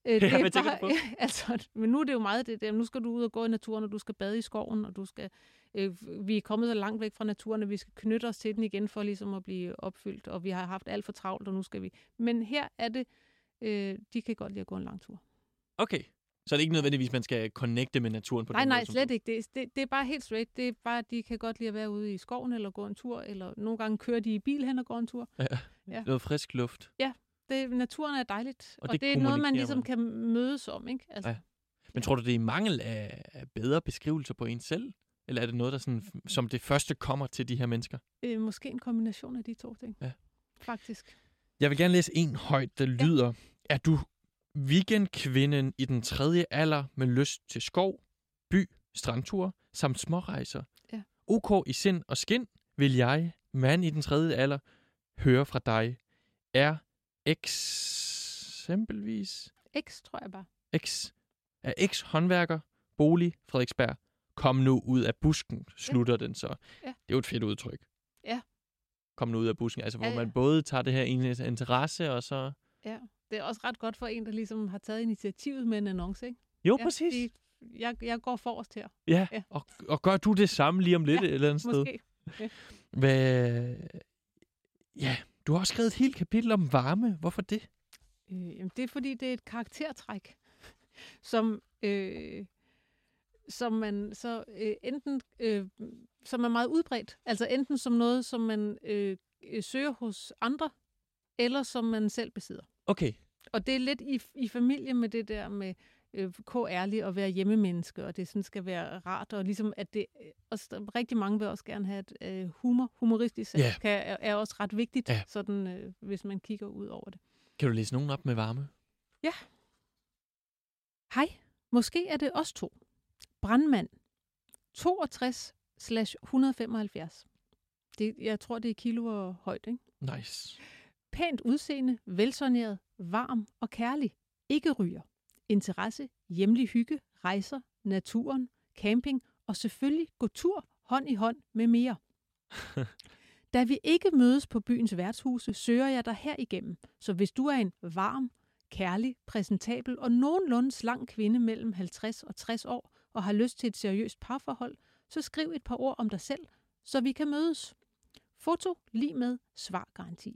Men nu er det jo meget det der. Nu skal du ud og gå i naturen, og du skal bade i skoven, og du skal... vi er kommet så langt væk fra naturen, at vi skal knytte os til den igen for ligesom at blive opfyldt, og vi har haft alt for travlt, og nu skal vi... Men her er det... de kan godt lide at gå en lang tur. Okay. Så er det ikke nødvendigvis, man skal connecte med naturen på den måde? Nej, slet ikke. Det er bare helt straight. Det er bare, at de kan godt lide at være ude i skoven eller gå en tur, eller nogle gange kører de i bil hen og går en tur. Ja. Noget frisk luft. Ja, naturen er dejligt. Og det er noget, man ligesom kan mødes om, ikke? Altså, ja. Men tror du, det er mangel af bedre beskrivelser på en selv? Eller er det noget, der sådan, som det første kommer til de her mennesker? Måske en kombination af de to ting. Ja. Faktisk. Jeg vil gerne læse en højt, der lyder: Er du weekendkvinden i den 3. alder med lyst til skov, by, strandture samt smårejser? Ja. OK i sind og skin vil jeg, mand i den 3. alder, høre fra dig. Er eksempelvis... X, tror jeg bare. X håndværker, bolig, Frederiksberg. Kom nu ud af busken, slutter den så. Ja. Det er jo et fedt udtryk. Ja. Kom nu ud af busken, altså hvor man både tager det her interesse, og så... Ja, det er også ret godt for en, der ligesom har taget initiativet med en annonce, ikke? Jo, præcis. Jeg går forrest her. Ja. Og gør du det samme lige om lidt et eller andet sted? Måske. Ja, du har også skrevet et helt kapitel om varme. Hvorfor det? Det er, fordi det er et karaktertræk, som man så enten som er meget udbredt, altså enten som noget, som man søger hos andre, eller som man selv besidder. Okay. Og det er lidt i familie med det der med ærlig og være hjemmemenneske, og det sådan skal være rart, og ligesom at det også, rigtig mange vil også gerne have et humoristisk er også ret vigtigt, sådan hvis man kigger ud over det. Kan du læse nogen op med varme? Ja. Hej, måske er det os to. Brandmand 62/175. Jeg tror, det er kilo højt, ikke? Nice. Pænt udseende, velsoneret, varm og kærlig. Ikke ryger. Interesse, hjemlig hygge, rejser, naturen, camping og selvfølgelig gå tur hånd i hånd med mere. Da vi ikke mødes på byens værtshuse, søger jeg dig her igennem. Så hvis du er en varm, kærlig, præsentabel og nogenlunde slank kvinde mellem 50 og 60 år og har lyst til et seriøst parforhold, så skriv et par ord om dig selv, så vi kan mødes. Foto lige med svargaranti.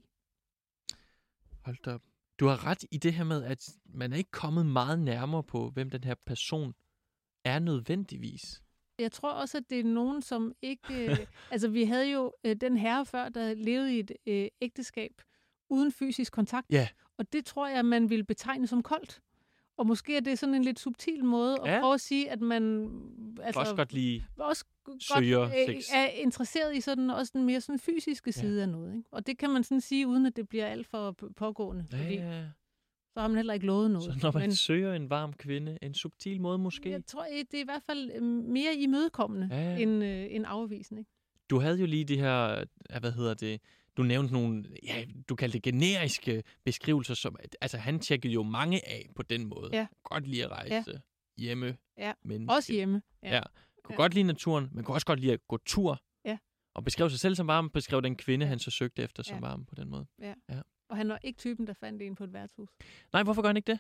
Hold da op. Du har ret i det her med, at man er ikke kommet meget nærmere på, hvem den her person er nødvendigvis. Jeg tror også, at det er nogen, som ikke... altså, vi havde jo den herre før, der levede i et ægteskab uden fysisk kontakt. Ja. Og det tror jeg, man ville betegne som koldt. Og måske er det sådan en lidt subtil måde at prøve at sige, at man... Altså, også godt lige søger sex. Er interesseret i sådan, også den mere sådan fysiske side af noget. Ikke? Og det kan man sådan sige, uden at det bliver alt for pågående. Fordi så har man heller ikke lovet noget. Så når man søger en varm kvinde, en subtil måde måske? Jeg tror, det er i hvert fald mere imødekommende end afvisende. Ikke? Du havde jo lige det her, du nævnte nogle, du kaldte det generiske beskrivelser, som, altså han tjekkede jo mange af på den måde. Ja. Godt lide at rejse hjemme. Ja, menneske. også hjemme. Ja. Kunne godt lide naturen, men kunne også godt lide at gå tur. Ja. Og beskrev sig selv som varm, beskrev den kvinde, han så søgte efter som varm på den måde. Ja. Og han var ikke typen, der fandt en på et værtshus. Nej, hvorfor gør han ikke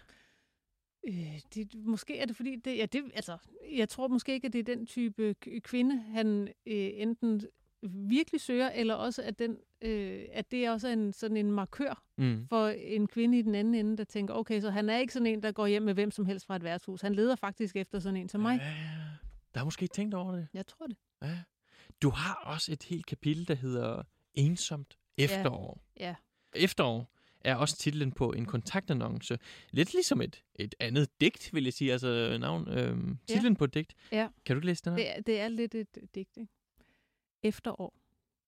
det? Måske er det fordi, jeg tror måske ikke, at det er den type kvinde, han enten virkelig søger, eller også at det er også sådan en markør for en kvinde i den anden ende, der tænker, okay, så han er ikke sådan en, der går hjem med hvem som helst fra et værtshus. Han leder faktisk efter sådan en som mig. Der har måske tænkt over det. Jeg tror det. Ja. Du har også et helt kapitel, der hedder Ensomt efterår. Ja. Efterår er også titlen på en kontaktannonce. Lidt ligesom et andet digt, vil jeg sige. Altså titlen på et digt. Ja. Kan du læse den her? Det er lidt et digt, ikke? Efterår.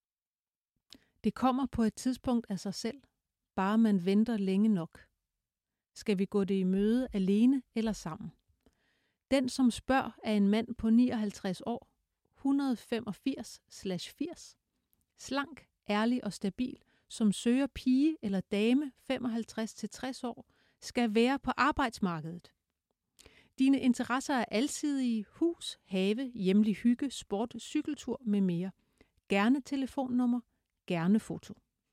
Det kommer på et tidspunkt af sig selv. Bare man venter længe nok. Skal vi gå det i møde alene eller sammen? Den, som spørger, er en mand på 59 år, 185/80, slank, ærlig og stabil, som søger pige eller dame 55-60 år, skal være på arbejdsmarkedet. Dine interesser er alsidige: hus, have, hjemlig hygge, sport, cykeltur med mere. Gerne telefonnummer, gerne foto.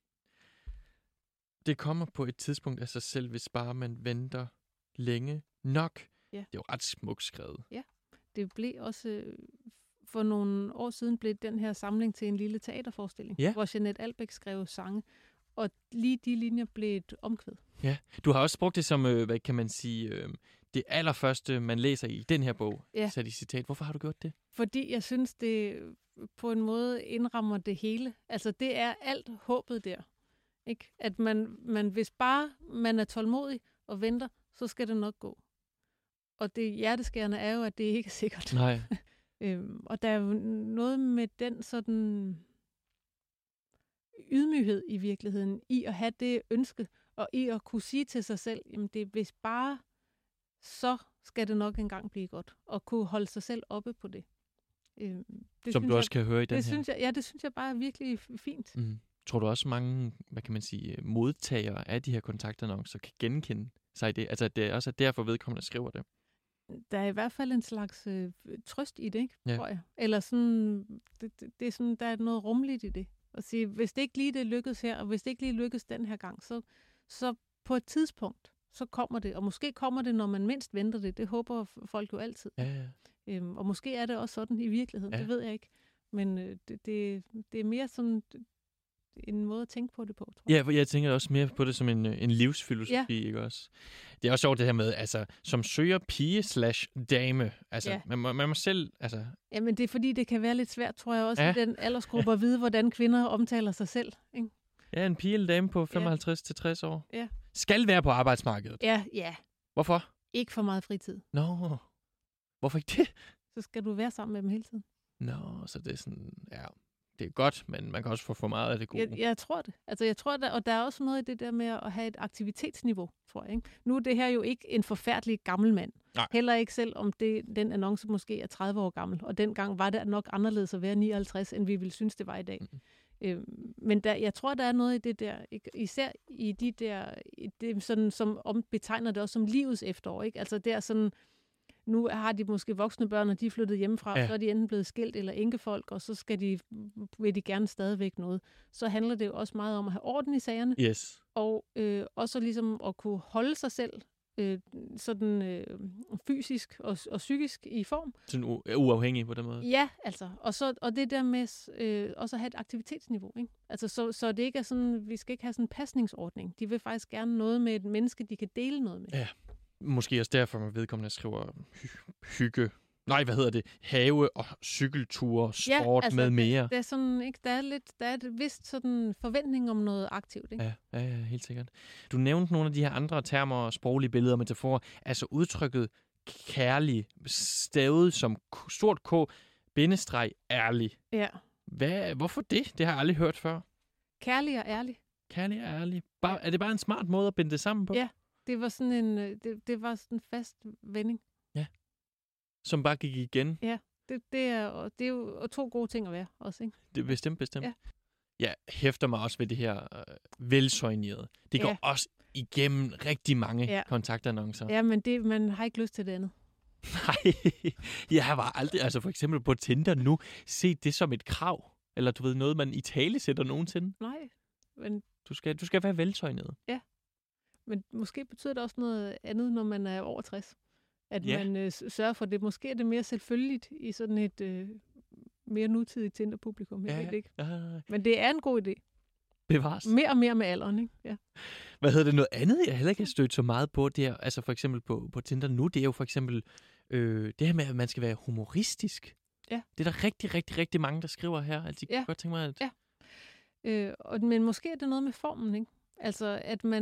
Det kommer på et tidspunkt af sig selv, hvis bare man venter længe nok. Ja. Det er jo ret smukt skrevet. Ja, det blev også... For nogle år siden blev den her samling til en lille teaterforestilling, hvor Jeanette Albeck skrev sange, og lige de linjer blev et omkvæd. Ja, du har også brugt det som, hvad kan man sige, det allerførste, man læser i den her bog, Ja. sat i citat. Hvorfor har du gjort det? Fordi jeg synes, det på en måde indrammer det hele. Altså, det er alt håbet der. Ikke? At man, hvis bare man er tålmodig og venter, så skal det nok gå. Og det hjerteskærende er jo, at det ikke er sikkert. Nej. Og der er jo noget med den sådan ydmyghed i virkeligheden, i at have det ønske, og i at kunne sige til sig selv, jamen det er hvis bare, så skal det nok engang blive godt. Og kunne holde sig selv oppe på det. Det Som du også kan høre i den her. Det synes jeg bare er virkelig fint. Mm. Tror du også mange, hvad kan man sige, modtagere af de her kontaktannoncer kan genkende sig i det? Altså, det er også derfor vedkommende skriver det. Der er i hvert fald en slags trøst i det, ikke? Ja. Tror jeg. Eller sådan, det er sådan, der er noget rumligt i det. At sige, hvis det ikke lige det lykkes her, og hvis det ikke lige lykkes den her gang, så på et tidspunkt, så kommer det. Og måske kommer det, når man mindst venter det. Det håber folk jo altid. Ja. Og måske er det også sådan i virkeligheden. Ja. Det ved jeg ikke. Men det er mere sådan en måde at tænke på det på, tror jeg. Ja, for jeg tænker også mere på det som en livsfilosofi, ikke også? Det er også sjovt det her med, altså, som søger pige/dame. Altså, man må selv, altså... Jamen, det er fordi, det kan være lidt svært, tror jeg også, i den aldersgruppe at vide, hvordan kvinder omtaler sig selv, ikke? Ja, en pige eller dame på 55 til 60 år. Ja. Skal være på arbejdsmarkedet. Ja. Hvorfor? Ikke for meget fritid. Nå, hvorfor ikke det? Så skal du være sammen med dem hele tiden. Nå, så det er sådan, ja, det er godt, men man kan også få for meget af det gode. Jeg tror det. Altså, jeg tror, og der er også noget i det der med at have et aktivitetsniveau, tror jeg. Ikke? Nu er det her jo ikke en forfærdelig gammel mand. Nej. Heller ikke selv, om den annonce måske er 30 år gammel. Og dengang var det nok anderledes at være 59, end vi ville synes, det var i dag. Men jeg tror, der er noget i det der, især i de der, det sådan, som betegner det også som livets efterår. Ikke? Altså der sådan, nu har de måske voksne børn, og de er flyttet hjemmefra, og så er de enten blevet skilt eller enkefolk, og så vil de gerne stadigvæk noget. Så handler det jo også meget om at have orden i sagerne, yes. Og også ligesom at kunne holde sig selv sådan fysisk og psykisk i form. Sådan uafhængig på den måde? Ja, altså. Og det der med også at have et aktivitetsniveau. Ikke? Altså, så det ikke er sådan, vi skal ikke have sådan en pasningsordning. De vil faktisk gerne noget med et menneske, de kan dele noget med. Ja. Måske også derfor, man vedkommende skriver have- og cykelture, sport altså, med mere. Det er sådan, ikke? Der er et vist sådan forventning om noget aktivt, ikke? Ja, helt sikkert. Du nævnte nogle af de her andre termer, sproglige billeder og metaforer. Altså udtrykket kærlig, stavet som stort K, _ærlig. Ja. Hvorfor det? Det har jeg aldrig hørt før. Kærlig og ærlig. Kærlig og ærlig. Er det bare en smart måde at binde det sammen på? Ja, det var sådan det var sådan en fast vending. Ja. Som bare gik igen. Ja, det er jo 2 gode ting at være også, ikke? Det er bestemt. Ja. Jeg hæfter mig også ved det her velsøjnerede. Det går også igennem rigtig mange kontaktannoncer. Ja, men man har ikke lyst til det andet. Nej, jeg har bare aldrig, altså for eksempel på Tinder nu, set det som et krav. Eller du ved, noget man i tale sætter nogensinde. Nej, men... Du skal være velsøjnet. Ja, men måske betyder det også noget andet, når man er over 60. At man sørger for det. Måske er det mere selvfølgeligt i sådan et mere nutidigt Tinder-publikum. Jeg ved det ikke. Men det er en god idé. Bevares. Mere og mere med alderen, ikke? Ja. Hvad hedder det? Noget andet, jeg heller ikke har stødt så meget på, det er, altså for eksempel på Tinder nu, det er jo for eksempel det her med, at man skal være humoristisk. Ja. Det er der rigtig, rigtig, rigtig mange, der skriver her. Altså, jeg kan godt tænke mig, at... Ja. Men måske er det noget med formen, ikke? Altså, at man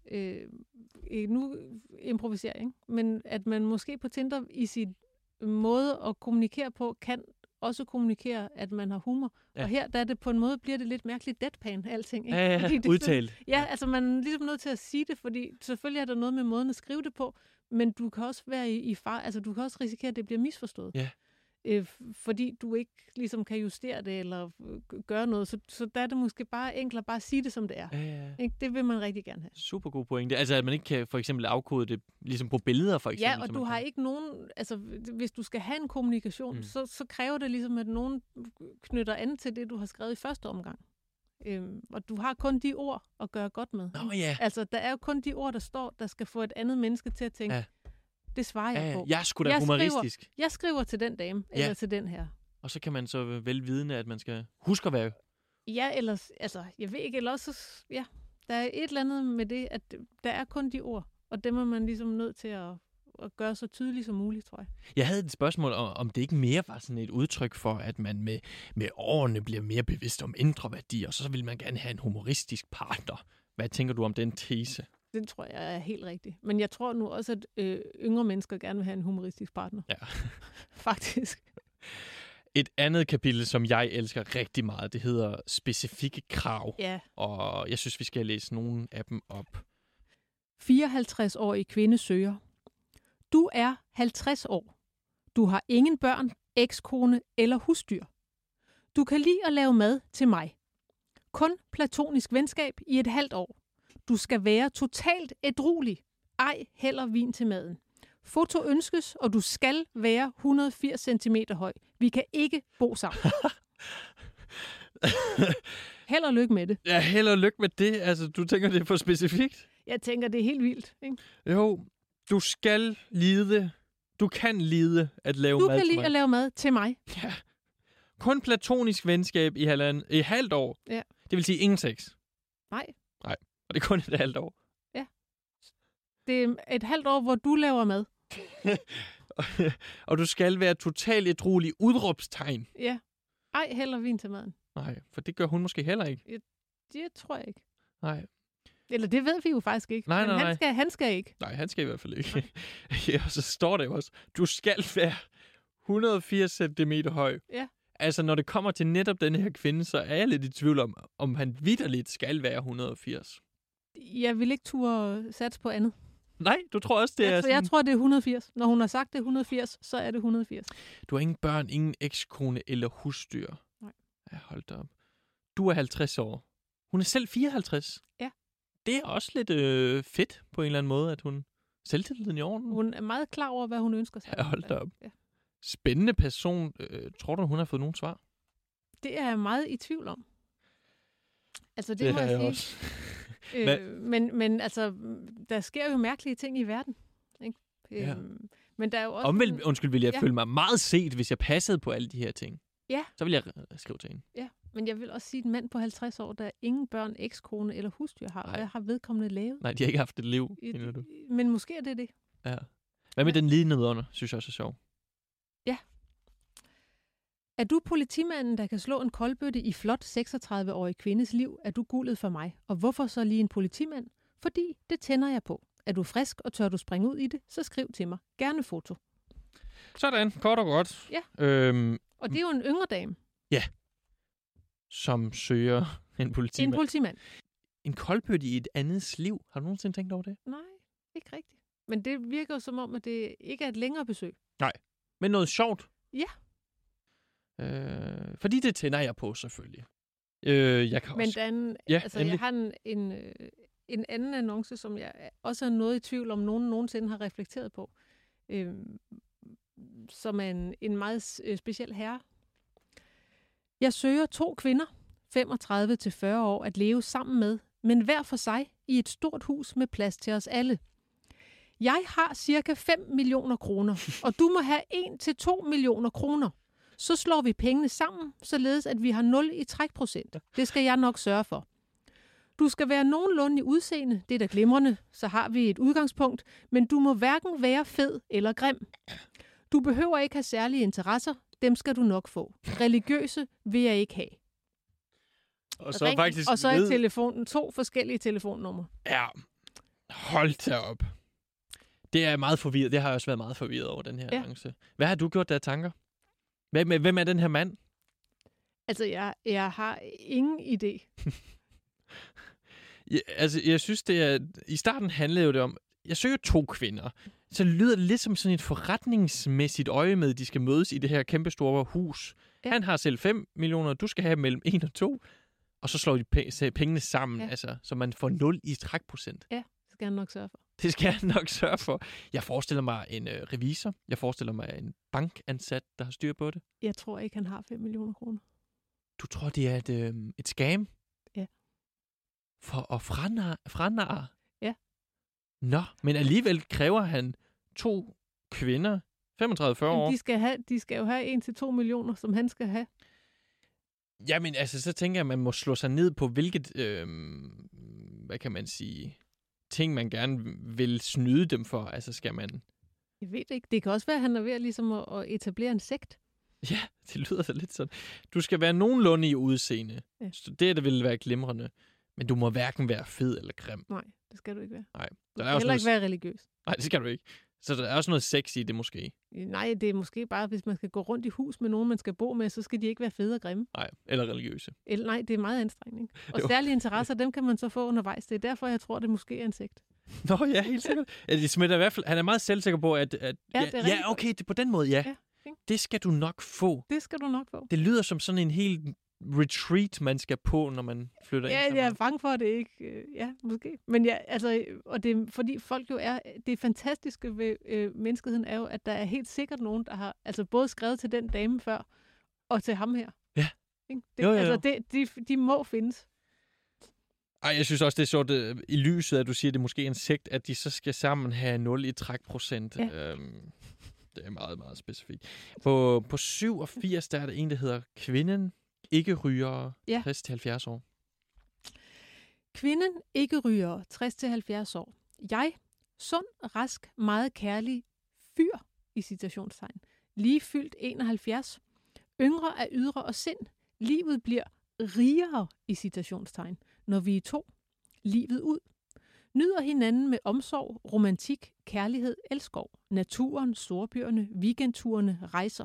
nu improviserer, ikke? Men at man måske på Tinder i sin måde at kommunikere på, kan også kommunikere, at man har humor. Ja. Og her, der er det på en måde, bliver det lidt mærkeligt deadpan, alting. Ikke? Ja, udtalt. Ja, altså man er ligesom nødt til at sige det, fordi selvfølgelig er der noget med måden at skrive det på, men du kan også være i far, altså du kan også risikere, at det bliver misforstået. Ja. Fordi du ikke ligesom kan justere det eller gøre noget. Så der er det måske bare enklere bare at sige det, som det er. Ja. Ikke? Det vil man rigtig gerne have. Super god pointe. Altså, at man ikke kan for eksempel afkode det ligesom på billeder, for eksempel. Ja, og du har ikke nogen... Altså, hvis du skal have en kommunikation, så kræver det ligesom, at nogen knytter an til det, du har skrevet i første omgang. Og du har kun de ord at gøre godt med. Altså, der er jo kun de ord, der står, der skal få et andet menneske til at tænke... Ja. Det svarer jeg på. Jeg er sgu da humoristisk. Jeg skriver til den dame, eller til den her. Og så kan man så velvidende, at man skal huske at være... Ja, ellers, altså, jeg ved ikke, eller også, der er et eller andet med det, at der er kun de ord, og dem er man ligesom nødt til at at gøre så tydeligt som muligt, tror jeg. Jeg havde et spørgsmål om det ikke mere var sådan et udtryk for, at man med årene bliver mere bevidst om indre værdier, og så vil man gerne have en humoristisk partner. Hvad tænker du om den tese? Det tror jeg er helt rigtigt. Men jeg tror nu også, at yngre mennesker gerne vil have en humoristisk partner. Ja. Faktisk. Et andet kapitel, som jeg elsker rigtig meget, det hedder specifikke krav. Ja. Og jeg synes, vi skal læse nogle af dem op. 54-årig kvinde søger. Du er 50 år. Du har ingen børn, ekskone eller husdyr. Du kan lide at lave mad til mig. Kun platonisk venskab i et halvt år. Du skal være totalt ædruelig. Ej heller vin til maden. Foto ønskes, og du skal være 180 cm høj. Vi kan ikke bo sammen. Held og lykke med det. Ja, held og lykke med det. Altså, du tænker, det er for specifikt? Jeg tænker, det er helt vildt. Ikke? Jo, du skal lide. Du kan lide at lave mad til mig. Du kan lide at lave mad til mig. Ja. Kun platonisk venskab i halvt år. Ja. Det vil sige ingen sex. Nej. Og det er kun et halvt år. Ja. Det er et halvt år, hvor du laver mad. Og du skal være totalt ædruelig udråbstegn. Ja. Ej, heller vin til maden. Nej, for det gør hun måske heller ikke. Det tror jeg ikke. Nej. Eller det ved vi jo faktisk ikke. Nej, men nej. Han skal ikke. Nej, han skal i hvert fald ikke. Ja, og så står der jo også, du skal være 180 cm høj. Ja. Altså, når det kommer til netop den her kvinde, så er jeg lidt i tvivl om han vitterligt skal være 180. Jeg vil ikke turde satse på andet. Nej, du tror også, det er sådan... Jeg tror, det er 180. Når hun har sagt det er 180, så er det 180. Du har ingen børn, ingen ekskone eller husdyr. Nej. Ja, hold da op. Du er 50 år. Hun er selv 54. Ja. Det er også lidt fedt på en eller anden måde, at hun selvtilliden i orden. Hun er meget klar over, hvad hun ønsker sig. Ja, hold da op. Ja. Spændende person. Tror du, hun har fået nogen svar? Det er jeg meget i tvivl om. Altså, det Det må har jeg sige. også. Men altså, der sker jo mærkelige ting i verden. Ikke? Ja. Men der er jo også... Omvendt, vil jeg føle mig meget set, hvis jeg passede på alle de her ting. Ja. Så vil jeg skrive til hende. Ja, men jeg vil også sige, at en mand på 50 år, der er ingen børn, ekskone eller husdyr har. Nej. Hvad har vedkommende lavet? Nej, de har ikke haft et liv, mener du? Men måske er det det. Ja. Hvad med den lige nedenunder, synes jeg også er sjov. Ja. Er du politimanden, der kan slå en koldbøtte i flot 36-årig kvindes liv, er du guldet for mig. Og hvorfor så lige en politimand? Fordi det tænder jeg på. Er du frisk, og tør du springe ud i det, så skriv til mig. Gerne foto. Sådan, kort og godt. Ja. Og det er jo en yngre dame. Ja. Som søger en politimand. En politimand. En koldbøtte i et andets liv. Har du nogensinde tænkt over det? Nej, ikke rigtigt. Men det virker jo som om, at det ikke er et længere besøg. Nej. Men noget sjovt? Ja. Fordi det tænder jeg på, selvfølgelig. Jeg kan Men også... jeg har en anden annonce, som jeg også er noget i tvivl om, nogen nogensinde har reflekteret på. Som er en meget speciel herre. Jeg søger 2 kvinder, 35-40 år, at leve sammen med, men hver for sig i et stort hus med plads til os alle. Jeg har cirka 5 millioner kroner, og du må have 1-2 millioner kroner. Så slår vi pengene sammen, således at vi har 0 i trækprocent. Det skal jeg nok sørge for. Du skal være nogenlunde i udseende, det er da glimrende, så har vi et udgangspunkt, men du må hverken være fed eller grim. Du behøver ikke have særlige interesser, dem skal du nok få. Religiøse vil jeg ikke have. Og så faktisk og så er telefonen 2 forskellige telefonnumre. Ja, hold da op. Det er meget forvirret. Det har jeg også været meget forvirret over, den her annonce. Hvad har du gjort der tanker? Hvem er den her mand? Altså, jeg har ingen idé. Jeg synes, det er... I starten handlede jo det om, jeg søger 2 kvinder. Så lyder det lidt som sådan et forretningsmæssigt øje med, at de skal mødes i det her kæmpestore hus. Ja. Han har selv 5 millioner, du skal have mellem 1 og 2. Og så slår de pengene sammen, altså, så man får 0 i trækprocent. Ja, det skal han nok sørge for. Det skal jeg nok sørge for. Jeg forestiller mig en revisor. Jeg forestiller mig en bankansat, der har styr på det. Jeg tror ikke, han har 5 millioner kroner. Du tror, det er et scam? Ja. For at franarre? Ja. Nå, men alligevel kræver han 2 kvinder, 35-40 år. De skal jo have 1-2 millioner, som han skal have. Jamen, altså, så tænker jeg, at man må slå sig ned på, hvilket, hvad kan man sige, ting, man gerne vil snyde dem for. Altså, skal man Jeg ved det ikke. Det kan også være, at han er ved ligesom at etablere en sekt. Ja, det lyder da lidt sådan. Du skal være nogenlunde i udseende. Ja. Så det vil være glimrende. Men du må hverken være fed eller grim. Nej, det skal du ikke være. Nej. Du Der skal er også heller noget... ikke være religiøs. Nej, det skal du ikke. Så der er også noget sex i det måske. Nej, det er måske bare, hvis man skal gå rundt i hus med nogen, man skal bo med, så skal de ikke være fede og grimme. Nej, eller religiøse. Eller, nej, det er meget anstrengende. Ikke? Og Jo. særlige interesser, dem kan man så få undervejs. Det er derfor, jeg tror, det måske er en sekt. Nå ja, helt sikkert. Ja, det smitter i hvert fald. Han er meget selvsikker på, at det er rigtigt. okay, det, på den måde, ja. ikke? Det skal du nok få. Det skal du nok få. Det lyder som sådan en helt retreat, man skal på, når man flytter ind. Ja, jeg er bange for, at det ikke... Ja, måske. Men ja, altså, og det er, fordi folk jo er... Det fantastiske ved menneskeheden er jo, at der er helt sikkert nogen, der har altså både skrevet til den dame før, og til ham her. Ja. Ikke? Jo. Altså, de må findes. Ej, jeg synes også, det er sjovt, i lyset, at du siger, at det måske er en sekt, at de så skal sammen have 0 i trækprocent. Ja. Det er meget, meget specifikt. På 87, der er der en, der hedder Kvinden ikke ryger 60-70 år. Kvinden ikke ryger 60-70 år. Jeg, sund, rask, meget kærlig fyr, i citationstegn. Lige fyldt 71. Yngre af ydre og sind. Livet bliver rigere, i citationstegn, når vi er to. Livet ud. Nyder hinanden med omsorg, romantik, kærlighed, elskov, naturen, storbyerne, weekendturene, rejser.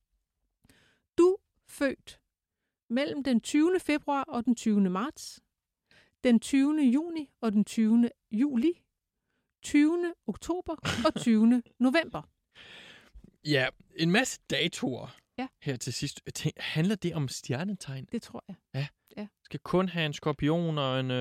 Du født mellem den 20. februar og den 20. marts, den 20. juni og den 20. juli, 20. oktober og 20. november. Ja, en masse datoer her til sidst. Handler det om stjernetegn? Det tror jeg. Ja. Skal kun have en skorpion og en...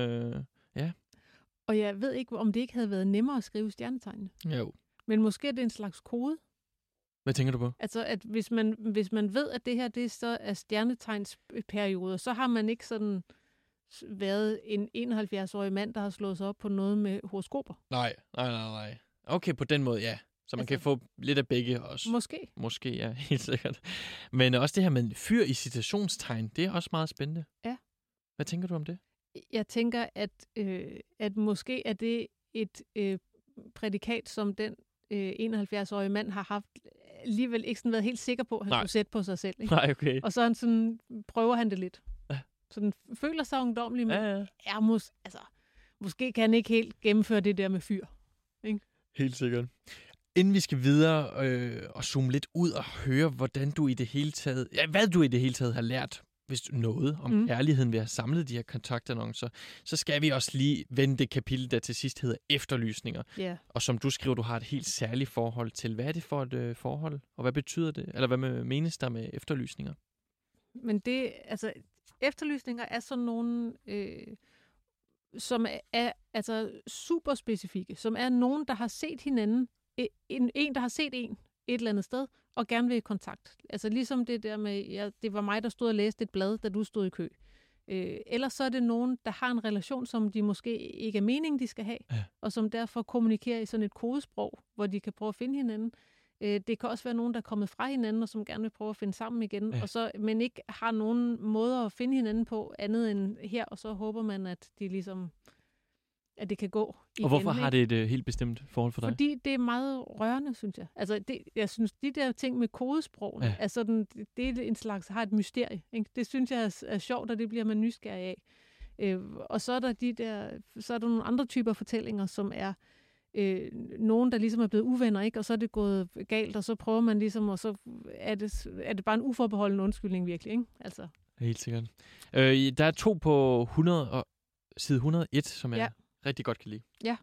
Og jeg ved ikke, om det ikke havde været nemmere at skrive stjernetegnene. Jo. Men måske er det en slags kode. Hvad tænker du på? Altså, at hvis man ved, at det her det så er stjernetegnsperioder, så har man ikke sådan været en 71-årig mand, der har slået sig op på noget med horoskoper. Nej. Okay, på den måde, ja. Så man kan få lidt af begge også. Måske, ja, helt sikkert. Men også det her med fyr i citationstegn, det er også meget spændende. Ja. Hvad tænker du om det? Jeg tænker, at måske er det et prædikat, som den 71-årige mand har haft alligevel ikke sådan været helt sikker på, at han kunne sætte på sig selv. Ikke? Nej, okay. Og så prøver han det lidt. Ja. Så den føler sig ungdomlig, men ja. Måske kan han ikke helt gennemføre det der med fyr. Ikke? Helt sikkert. Inden vi skal videre og zoome lidt ud og høre, hvordan du i det hele taget, hvad du i det hele taget har lært, hvis du noget om kærligheden ved at have samlet de her kontaktannoncer, så skal vi også lige vende det kapitel, der til sidst hedder efterlysninger. Yeah. Og som du skriver, du har et helt særligt forhold til. Hvad er det for et forhold, og hvad betyder det? Eller hvad menes der med efterlysninger? Men efterlysninger er sådan nogle, som er super specifikke, som er nogen, der har set hinanden, en, der har set en et eller andet sted, og gerne vil i kontakt. Altså ligesom det der med, det var mig, der stod og læste et blad, da du stod i kø. Ellers så er det nogen, der har en relation, som de måske ikke er meningen, de skal have, og som derfor kommunikerer i sådan et kodesprog, hvor de kan prøve at finde hinanden. Det kan også være nogen, der er kommet fra hinanden, og som gerne vil prøve at finde sammen igen, men ikke har nogen måder at finde hinanden på, andet end her, og så håber man, at de ligesom... at det kan gå igen. Og hvorfor har det et helt bestemt forhold for dig? Fordi det er meget rørende, synes jeg. Altså, jeg synes, de der ting med kodesprog, er sådan, det er en slags, har et mysterie. Ikke? Det synes jeg er sjovt, og det bliver man nysgerrig af. Og så er der nogle andre typer fortællinger, som er nogen, der ligesom er blevet uvenner, ikke? Og så er det gået galt, og så prøver man ligesom, og så er det bare en uforbeholden undskyldning virkelig. Ikke? Altså. Helt sikkert. Der er 2 på 100 og side 101, som jeg rigtig godt kan lide. Ja.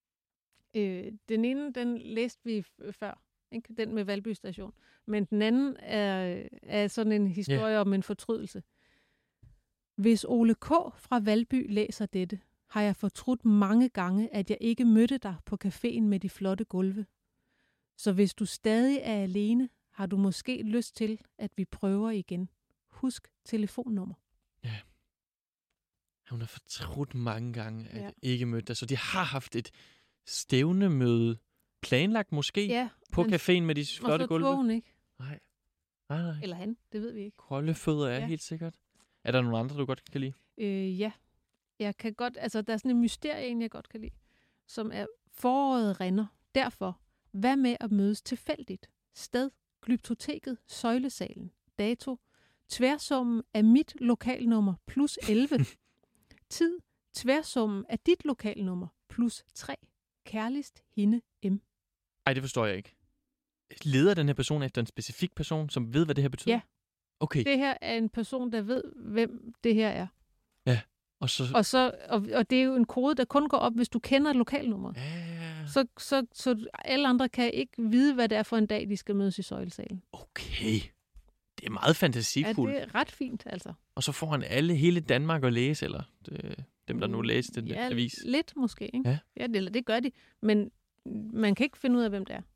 Den ene, den læste vi før, ikke? Den med Valby Station. Men den anden er sådan en historie om en fortrydelse. Hvis Ole K. fra Valby læser dette, har jeg fortrudt mange gange, at jeg ikke mødte dig på caféen med de flotte gulve. Så hvis du stadig er alene, har du måske lyst til, at vi prøver igen. Husk telefonnummer. Ja. Hun har fortrudt mange gange, at jeg ikke mødte dig. Så de har haft et stævnemøde planlagt måske på caféen med de flotte gulve. Og så hun ikke. Nej. Eller han, det ved vi ikke. Kolde fødder er helt sikkert. Er der nogle andre, du godt kan lide? Ja. Jeg kan godt, der er sådan en mysterie, jeg godt kan lide, som er foråret rinder. Derfor Hvad med at mødes tilfældigt? Sted, Glyptoteket, Søjlesalen. Dato, tværsummen af mit lokalnummer plus 11. Tid, tværsummen af dit lokalnummer plus 3. Kærligst, hende, M. Ej, det forstår jeg ikke. Leder den her person efter en specifik person, som ved, hvad det her betyder? Ja. Okay. Det her er en person, der ved, hvem det her er. Ja. Og det er jo en kode, der kun går op, hvis du kender et lokalnummer. Ja. Så alle andre kan ikke vide, hvad det er for en dag, de skal mødes i Søjlesalen. Okay. Det er meget fantasifuldt. Ja, det er ret fint, altså. Og så får han hele Danmark at læse, eller dem, der nu læser den avis. Lidt måske, ikke? Ja. Ja, det gør de. Men man kan ikke finde ud af, hvem det er.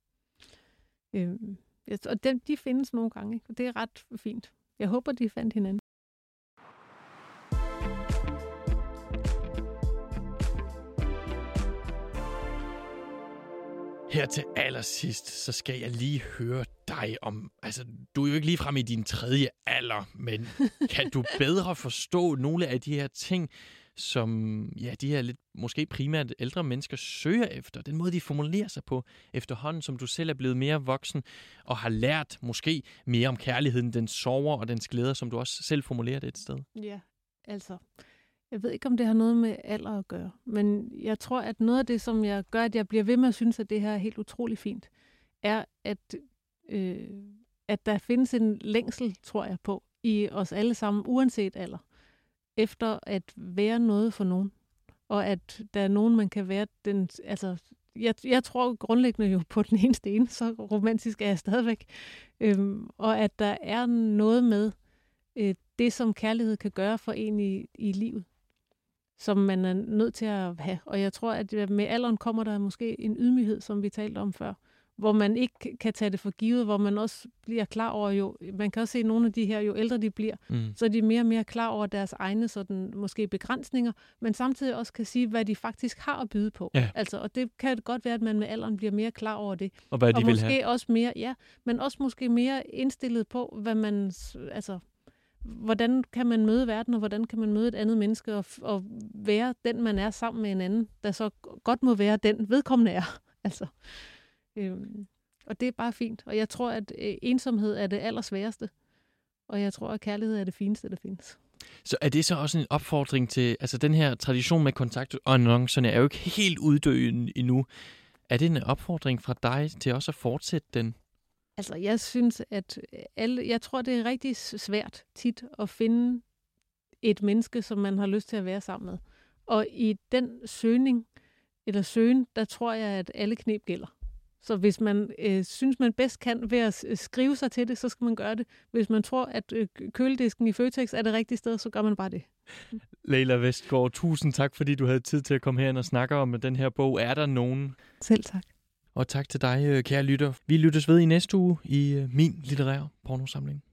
Og de findes nogle gange, ikke? Og det er ret fint. Jeg håber, de fandt hinanden. Her til allersidst, så skal jeg lige høre dig om, altså du er jo ikke lige frem i din tredje alder, men kan du bedre forstå nogle af de her ting, som de her lidt måske primært ældre mennesker søger efter, den måde de formulerer sig på efterhånden, som du selv er blevet mere voksen og har lært måske mere om kærligheden, den sorger og dens glæder, som du også selv formulerer det et sted? Ja, altså... Jeg ved ikke, om det har noget med alder at gøre, men jeg tror, at noget af det, som jeg gør, at jeg bliver ved med at synes, at det her er helt utrolig fint, er, at der findes en længsel, tror jeg på, i os alle sammen, uanset alder, efter at være noget for nogen. Og at der er nogen, man kan være den... Altså, jeg tror grundlæggende jo på den ene sten, så romantisk er jeg stadigvæk. Og at der er noget med det, som kærlighed kan gøre for en i livet, som man er nødt til at have. Og jeg tror, at med alderen kommer der måske en ydmyghed, som vi talte om før, hvor man ikke kan tage det for givet, hvor man også bliver klar over, jo, man kan også se nogle af de her, jo ældre de bliver, så er de mere og mere klar over deres egne sådan, måske begrænsninger, men samtidig også kan sige, hvad de faktisk har at byde på. Ja. Altså, og det kan godt være, at man med alderen bliver mere klar over det. Og hvad de og vil måske have. også mere, men også måske mere indstillet på, hvad man, altså, hvordan kan man møde verden, og hvordan kan man møde et andet menneske, og være den, man er sammen med en anden, der så godt må være den vedkommende er. Altså, og det er bare fint. Og jeg tror, at ensomhed er det allersværeste. Og jeg tror, at kærlighed er det fineste, der findes. Så er det så også en opfordring til, altså den her tradition med kontakt og annoncerne er jo ikke helt uddøende endnu. Er det en opfordring fra dig til også at fortsætte den? Altså, jeg synes, at jeg tror, det er rigtig svært tit at finde et menneske, som man har lyst til at være sammen med. Og i den søgen, der tror jeg, at alle knep gælder. Så hvis man synes, man bedst kan ved at skrive sig til det, så skal man gøre det. Hvis man tror, at køledisken i Føtex er det rigtige sted, så gør man bare det. Leila Vestgaard, tusind tak, fordi du havde tid til at komme herind og snakke om den her bog. Er der nogen? Selv tak. Og tak til dig, kære lytter. Vi lyttes ved i næste uge i min litterære pornosamling.